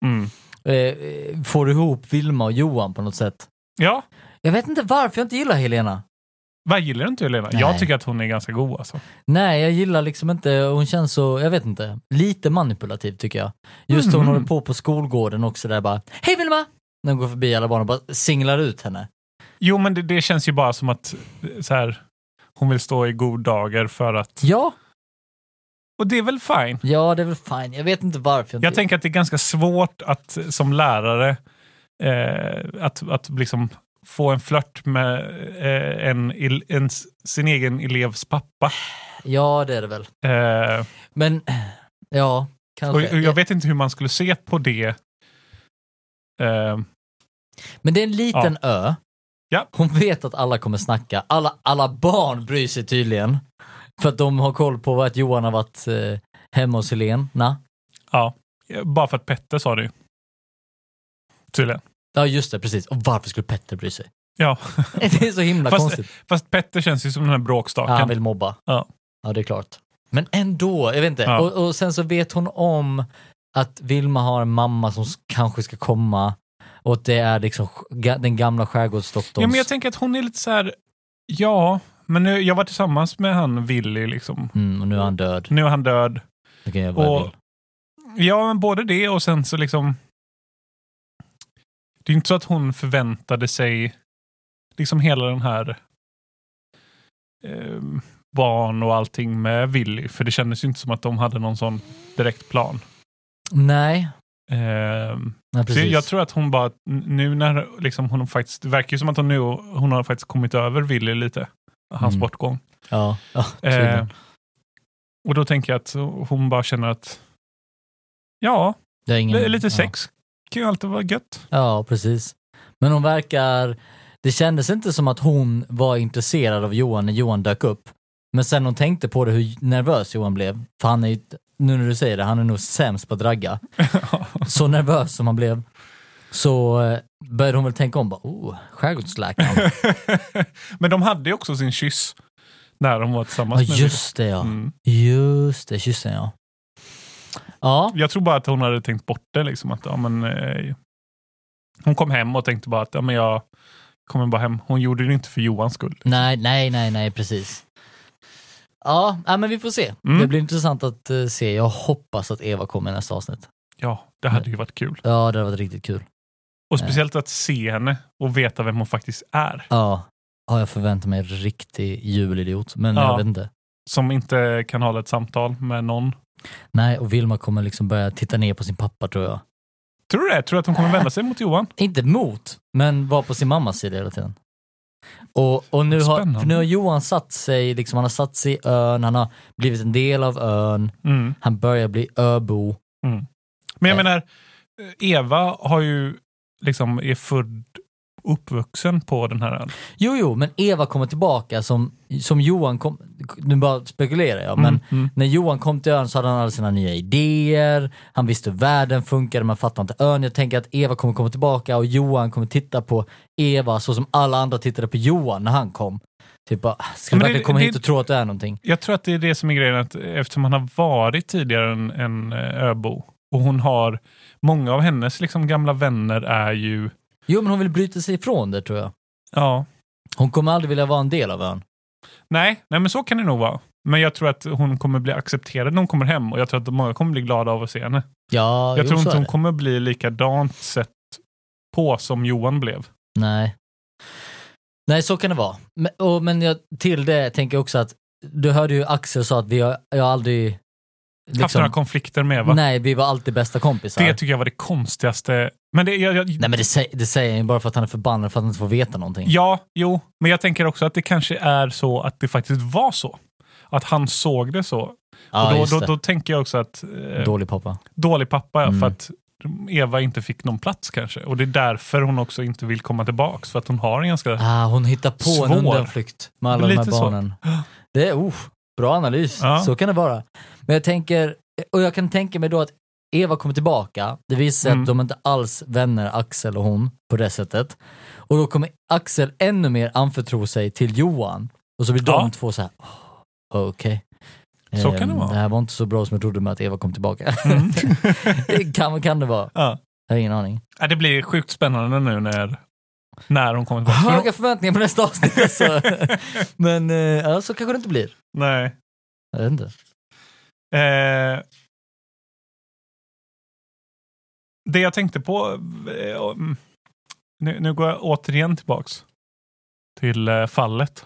får ihop Vilma och Johan på något sätt. Ja. Jag vet inte varför jag inte gillar Helena. Vad gillar du inte Helena? Nej. Jag tycker att hon är ganska god alltså. Nej, jag gillar liksom inte, hon känns så, jag vet inte, lite manipulativ tycker jag. Just hon håller på skolgården också där bara, hej Vilma! När hon går förbi alla barn och bara singlar ut henne. Jo, men det känns ju bara som att så här, hon vill stå i god dagar för att... Ja. Och det är väl fine? Ja, det är väl fine. Jag vet inte varför. Jag tänker att det är ganska svårt att som lärare att liksom få en flört med sin egen elevs pappa. Ja, det är det väl. Men, ja, kanske. Och jag vet inte hur man skulle se på det. Men det är en liten ö. Ja. Hon vet att alla kommer snacka. Alla barn bryr sig tydligen. För att de har koll på att Johan har varit hemma hos Helena. Ja, bara för att Petter sa det ju. Tydligen. Ja, just det, precis. Och varför skulle Petter bry sig? Ja. Det är så himla konstigt. Fast Petter känns ju som den här bråkstaken. Ja, han vill mobba. Ja, det är klart. Men ändå, jag vet inte. Ja. Och sen så vet hon om att Vilma har en mamma som kanske ska komma. Och att det är liksom den gamla skärgårdsdoktorns... Ja, men jag tänker att hon är lite så här... Ja, men nu, jag var tillsammans med han Willy liksom. Och nu är han död. Nu är han död. Det kan jag bara vill. Ja, men både det och sen så liksom... Det är inte så att hon förväntade sig liksom hela den här barn och allting med Willy. För det kändes ju inte som att de hade någon sån direkt plan. Nej. Nej, så jag tror att hon bara nu när liksom hon faktiskt, det verkar ju som att hon har faktiskt kommit över Willy lite, hans bortgång. Ja. Och då tänker jag att hon bara känner att det är lite sex kan ju alltid vara gött. Ja, precis. Men hon verkar, det kändes inte som att hon var intresserad av Johan när Johan dök upp. Men sen hon tänkte på det, hur nervös Johan blev. För han är ju, nu när du säger det, han är nog sämst på att dragga. Så nervös som han blev. Så började hon väl tänka om, skärgårdsläkaren. Men de hade ju också sin kyss när de var tillsammans. Ja, just det, ja. Just det, kyssen, ja. Ja. Jag tror bara att hon hade tänkt bort det liksom, att hon kom hem och tänkte bara att jag kommer bara hem. Hon gjorde det inte för Johans skull. Liksom. Nej, precis. Ja, men vi får se. Det blir intressant att se. Jag hoppas att Eva kommer i nästa avsnitt. Ja, det hade ju varit kul. Ja, det hade varit riktigt kul. Och speciellt att se henne och veta vem hon faktiskt är. Ja, jag förväntar mig en riktig julidiot, men jag vet inte. Som inte kan hålla ett samtal med någon. Nej, och Vilma kommer liksom börja titta ner på sin pappa, tror jag. Tror du det? Tror du att hon kommer vända sig mot Johan? Inte mot, men var på sin mammas sida hela tiden. Och nu har Johan satt sig, liksom, han har satt sig i ön, han har blivit en del av ön, han börjar bli öbo. Men jag menar, Eva har ju liksom är uppvuxen på den här ön. Jo, men Eva kommer tillbaka som Johan kom, nu bara spekulerar jag, men när Johan kom till ön så hade han alla sina nya idéer, han visste hur världen funkade, man fattar inte ön. Jag tänker att Eva kommer komma tillbaka och Johan kommer titta på Eva så som alla andra tittade på Johan när han kom. Typ bara, ska du verkligen komma hit och tro att det är någonting? Jag tror att det är det som är grejen, att eftersom han har varit tidigare en öbo och hon har, många av hennes liksom gamla vänner är ju... Jo, men hon vill bryta sig ifrån det, tror jag. Ja. Hon kommer aldrig vilja vara en del av ön. Nej, men så kan det nog vara. Men jag tror att hon kommer bli accepterad när hon kommer hem. Och jag tror att många kommer bli glada av att se henne. Ja, jag tror inte hon kommer bli likadant sett på som Johan blev. Nej, så kan det vara. Men till det tänker jag också att du hörde ju Axel sa att jag aldrig... Liksom, haft några konflikter med, va? Nej, vi var alltid bästa kompisar. Det tycker jag var det konstigaste. Men nej, men det säger han bara för att han är förbannad för att han inte får veta någonting. Ja, jo. Men jag tänker också att det kanske är så att det faktiskt var så. Att han såg det så. Ja, och då tänker jag också att... Dålig pappa. Dålig pappa, ja. För att Eva inte fick någon plats kanske. Och det är därför hon också inte vill komma tillbaks. För att hon har en ganska hon hittar på svår. En undanflykt med alla de här barnen. Så. Det är bra analys. Ja. Så kan det vara. Men jag kan tänka mig då att Eva kommer tillbaka. Det visar att de inte alls vänner, Axel och hon, på det sättet. Och då kommer Axel ännu mer anförtro sig till Johan. Och så blir de två så här, okej. Så kan det vara. Det här var inte så bra som jag trodde med att Eva kom tillbaka. kan det vara? Ja. Jag har ingen aning. Det blir sjukt spännande nu när när hon kommer tillbaka. Höga förväntningar på nästa avsnitt alltså. Men ja, så kanske det inte blir. Nej. Jag vet inte. Det jag tänkte på nu går jag återigen tillbaks till fallet.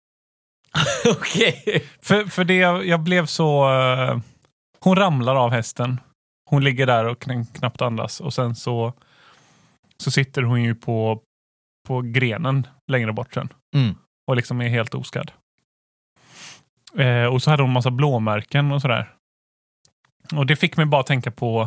Okej. För det jag blev så hon ramlar av hästen. Hon ligger där och kan knappt andas och sen så sitter hon ju på grenen längre bort sen. Och liksom är helt oskadd. Och så hade hon massa blåmärken och sådär. Och det fick mig bara tänka på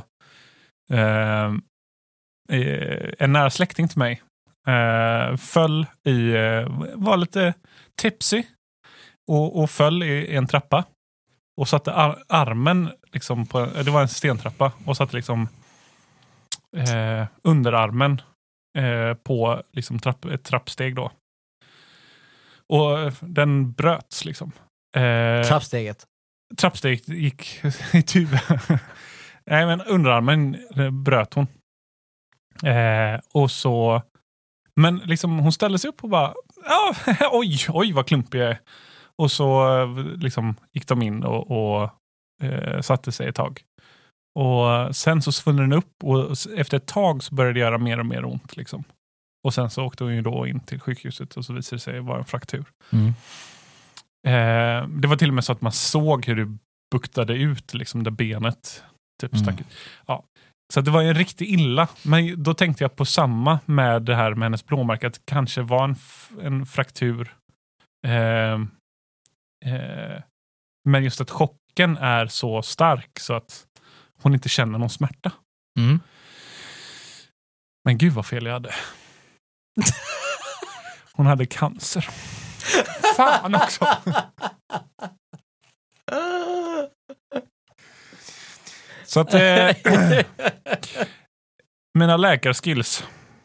en nära släkting till mig. Föll var lite tipsy och föll i en trappa. Och satte armen liksom på, det var en stentrappa, och satte liksom underarmen på liksom ett trappsteg då. Och den bröts liksom. Trappsteget gick i tuva. Nej, men underarmen bröt hon. Och så, men liksom hon ställde sig upp och bara oj vad klumpig jag är. Och så liksom gick de in och satte sig ett tag. Och sen så svullnade den upp, och efter ett tag så började det göra mer och mer ont liksom. Och sen så åkte hon ju då in till sjukhuset, och så visade det sig vara en fraktur. Det var till och med så att man såg hur det buktade ut liksom, där benet typ stack ut. Ja. Så det var en riktigt illa. Men då tänkte jag på samma med det här med hennes blåmärke, att det kanske var en fraktur. Men just att chocken är så stark så att hon inte känner någon smärta. Men gud vad fel jag hade. Hon hade cancer. Fan också. Så att mina läkarskills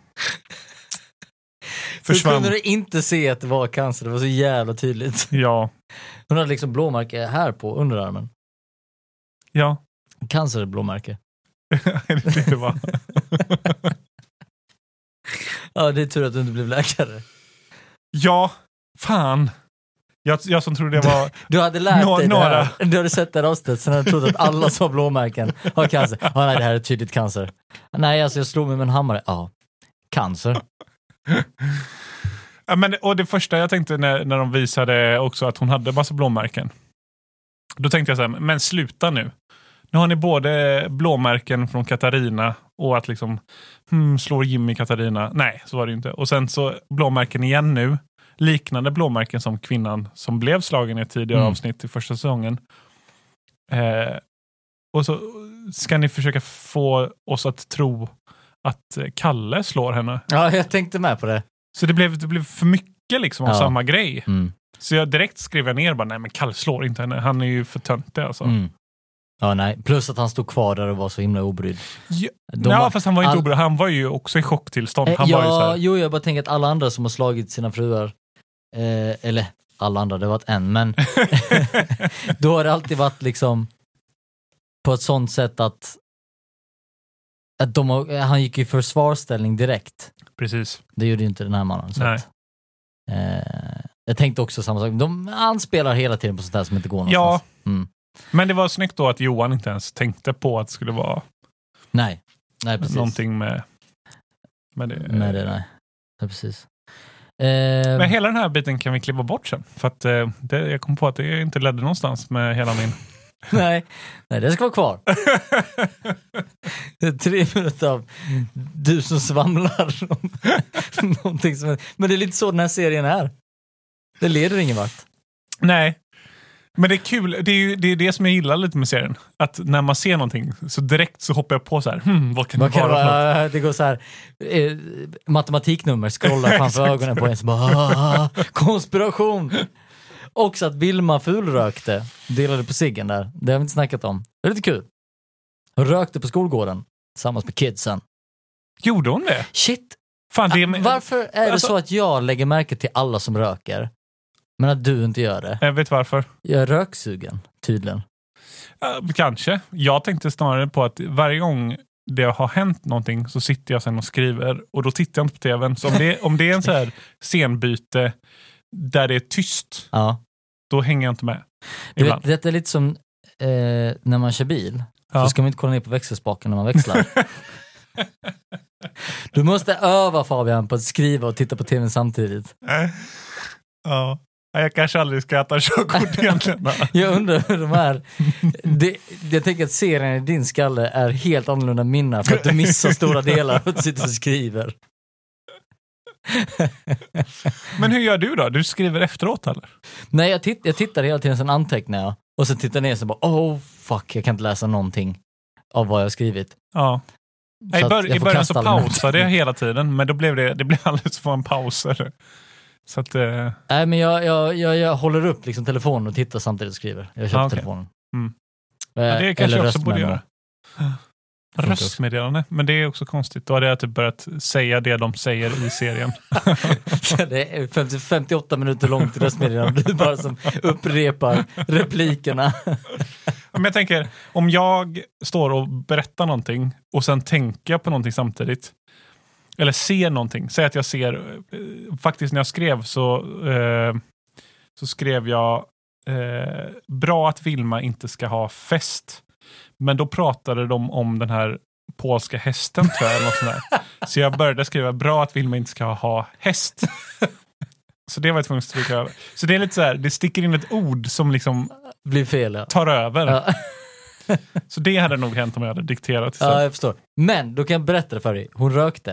försvann. Du kunde du inte se att det var cancer, det var så jävla tydligt. Ja. Hon hade liksom blåmärke här på underarmen. Ja. Cancerblåmärke. Det var. Ja, det är tur att du inte blev läkare. Ja, fan. Jag som trodde det var du hade lärt dig några. Du hade sett det rostet, sen hade du trott att alla som har blåmärken har cancer. Nej, det här är tydligt cancer. Nej, alltså jag slog mig med en hammare. Ja, cancer. Ja, men, och det första jag tänkte när de visade också att hon hade massa blåmärken. Då tänkte jag så här, men sluta nu. Nu har ni både blåmärken från Katarina och att liksom slår Jimmy Katarina. Nej, så var det inte. Och sen så blåmärken igen nu. Liknande blåmärken som kvinnan som blev slagen i ett tidigare avsnitt i första säsongen. Och så ska ni försöka få oss att tro att Kalle slår henne. Ja, jag tänkte med på det. Så det blev för mycket liksom av samma grej. Så jag direkt skrev ner bara, nej men Kalle slår inte henne. Han är ju för töntig alltså. Ja, nej. Plus att han stod kvar där och var så himla obrydd. Fast han var inte obrydd. Han var ju också i chocktillstånd. Han var ju så här. Jo, jag bara tänker att alla andra som har slagit sina fruar, eller alla andra, det har varit en, men då har det alltid varit liksom på ett sånt sätt att han gick i försvarsställning direkt. Precis. Det gjorde ju inte den här mannen. Så att, jag tänkte också samma sak. Han spelar hela tiden på sånt där som inte går någonstans. Ja, men det var snyggt då att Johan inte ens tänkte på att det skulle vara nej precis. Någonting med det. Med det, nej. Ja, precis. Men hela den här biten kan vi kliva bort sen. För att jag kom på att det inte ledde någonstans med hela min... nej, det ska vara kvar. 3 minuter av du som svamlar om någonting som... Men det är lite så den här serien är. Det leder ingen vart. Nej. Men det är kul, det är det som jag gillar lite med serien. Att när man ser någonting så direkt så hoppar jag på så här, vad kan det vara? Det går så här, matematiknummer scrollar framför ögonen på en så bara, konspiration. Också att Vilma fulrökte, delade på ciggen där. Det har vi inte snackat om. Det är lite kul. Hon rökte på skolgården tillsammans med kidsen. Gjorde hon det? Shit. Fan, varför är det så att jag lägger märke till alla som röker? Men att du inte gör det. Jag vet varför. Jag är röksugen, tydligen. Kanske. Jag tänkte snarare på att varje gång det har hänt någonting så sitter jag sen och skriver och då tittar jag inte på tvn. Så om det är en så här scenbyte där det är tyst, då hänger jag inte med. Du vet, det är lite som när man kör bil. Så ska man inte kolla ner på växelspaken när man växlar. Du måste öva, Fabian, på att skriva och titta på tvn samtidigt. Ja. Jag kanske aldrig ska äta körkort egentligen. Jag undrar hur de här... Jag tänker att serien i din skalle är helt annorlunda än mina för att du missar stora delar och sitter och skriver. Men hur gör du då? Du skriver efteråt eller? Nej, jag tittar hela tiden, sen antecknar jag. Och sen tittar jag ner och så bara, fuck, jag kan inte läsa någonting av vad jag har skrivit. Ja. I början så pausade jag hela tiden, men då blev det blev alldeles för en paus. Så att, nej, men jag håller upp liksom telefonen och tittar samtidigt och skriver. Jag köper telefonen. Mm. Det kanske jag också borde göra. Röstmeddelande, men det är också konstigt. Då hade jag typ börjat säga det de säger i serien. Det är 58 minuter långt röstmeddelande. Du bara som upprepar replikerna. Men jag tänker, om jag står och berättar någonting och sen tänker jag på någonting samtidigt, eller ser någonting. Säg att jag ser, faktiskt när jag skrev så skrev jag bra att Vilma inte ska ha fest. Men då pratade de om den här polska hästen, tror jag, eller något sånt där. Så jag började skriva bra att Vilma inte ska ha häst. Så det var ett tvungen att stryka över. Så det är lite så här, det sticker in ett ord som liksom blir fel, tar över. Ja. Så det hade nog hänt om jag hade dikterat. Ja, jag förstår. Men då kan jag berätta det för dig. Hon rökte.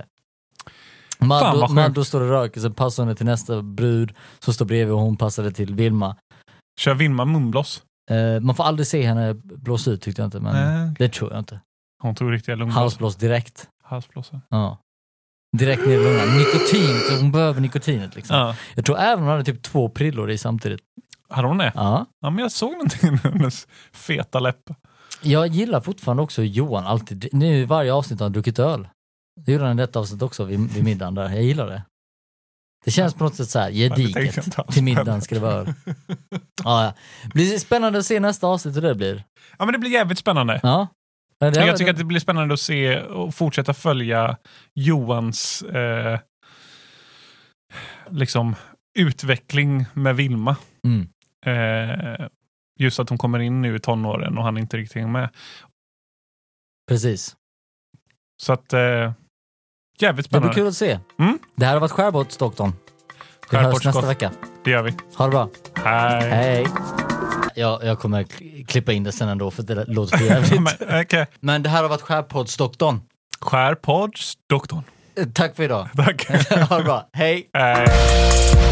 Då står och röker, så passar hon till nästa brud som står bredvid och hon passade till Vilma. Kör Vilma munblås? Man får aldrig se henne blåsa ut, tyckte jag inte, men det tror jag inte. Hon tog riktiga lungblås. Halsblås direkt. Halsblåsen. Ja. Direkt ner i lungan. Nikotin, hon behöver nikotinet liksom. Ja. Jag tror även hon hade typ 2 prillor i samtidigt. Hade hon det? Ja. Ja, men jag såg någonting med hennes feta läpp. Jag gillar fortfarande också Johan alltid. Nu varje avsnitt har han druckit öl. Det gjorde han i detta avsnitt också vid middagen där. Jag gillar det. Det känns på något sätt så här gediget. Till middagen ska det vara. Ja. Blir det spännande att se nästa avsnitt hur det blir? Ja, men det blir jävligt spännande. Ja. Jag tycker att det blir spännande att se och fortsätta följa Johans liksom utveckling med Vilma. Mm. Just att hon kommer in nu i tonåren och han inte riktigt hänger med. Precis. Så att jävligt spännande. Det blir kul att se. Mm? Det här har varit Skärgårdsdoktorn. Vi hörs nästa vecka. Det gör vi. Ha det bra. Hej. Hej. Jag kommer klippa in det sen ändå för det låter för jävligt. Okay. Men det här har varit Skärgårdsdoktorn. Skärgårdsdoktorn. Tack för idag. Tack. Ha det bra. Hej. Hej.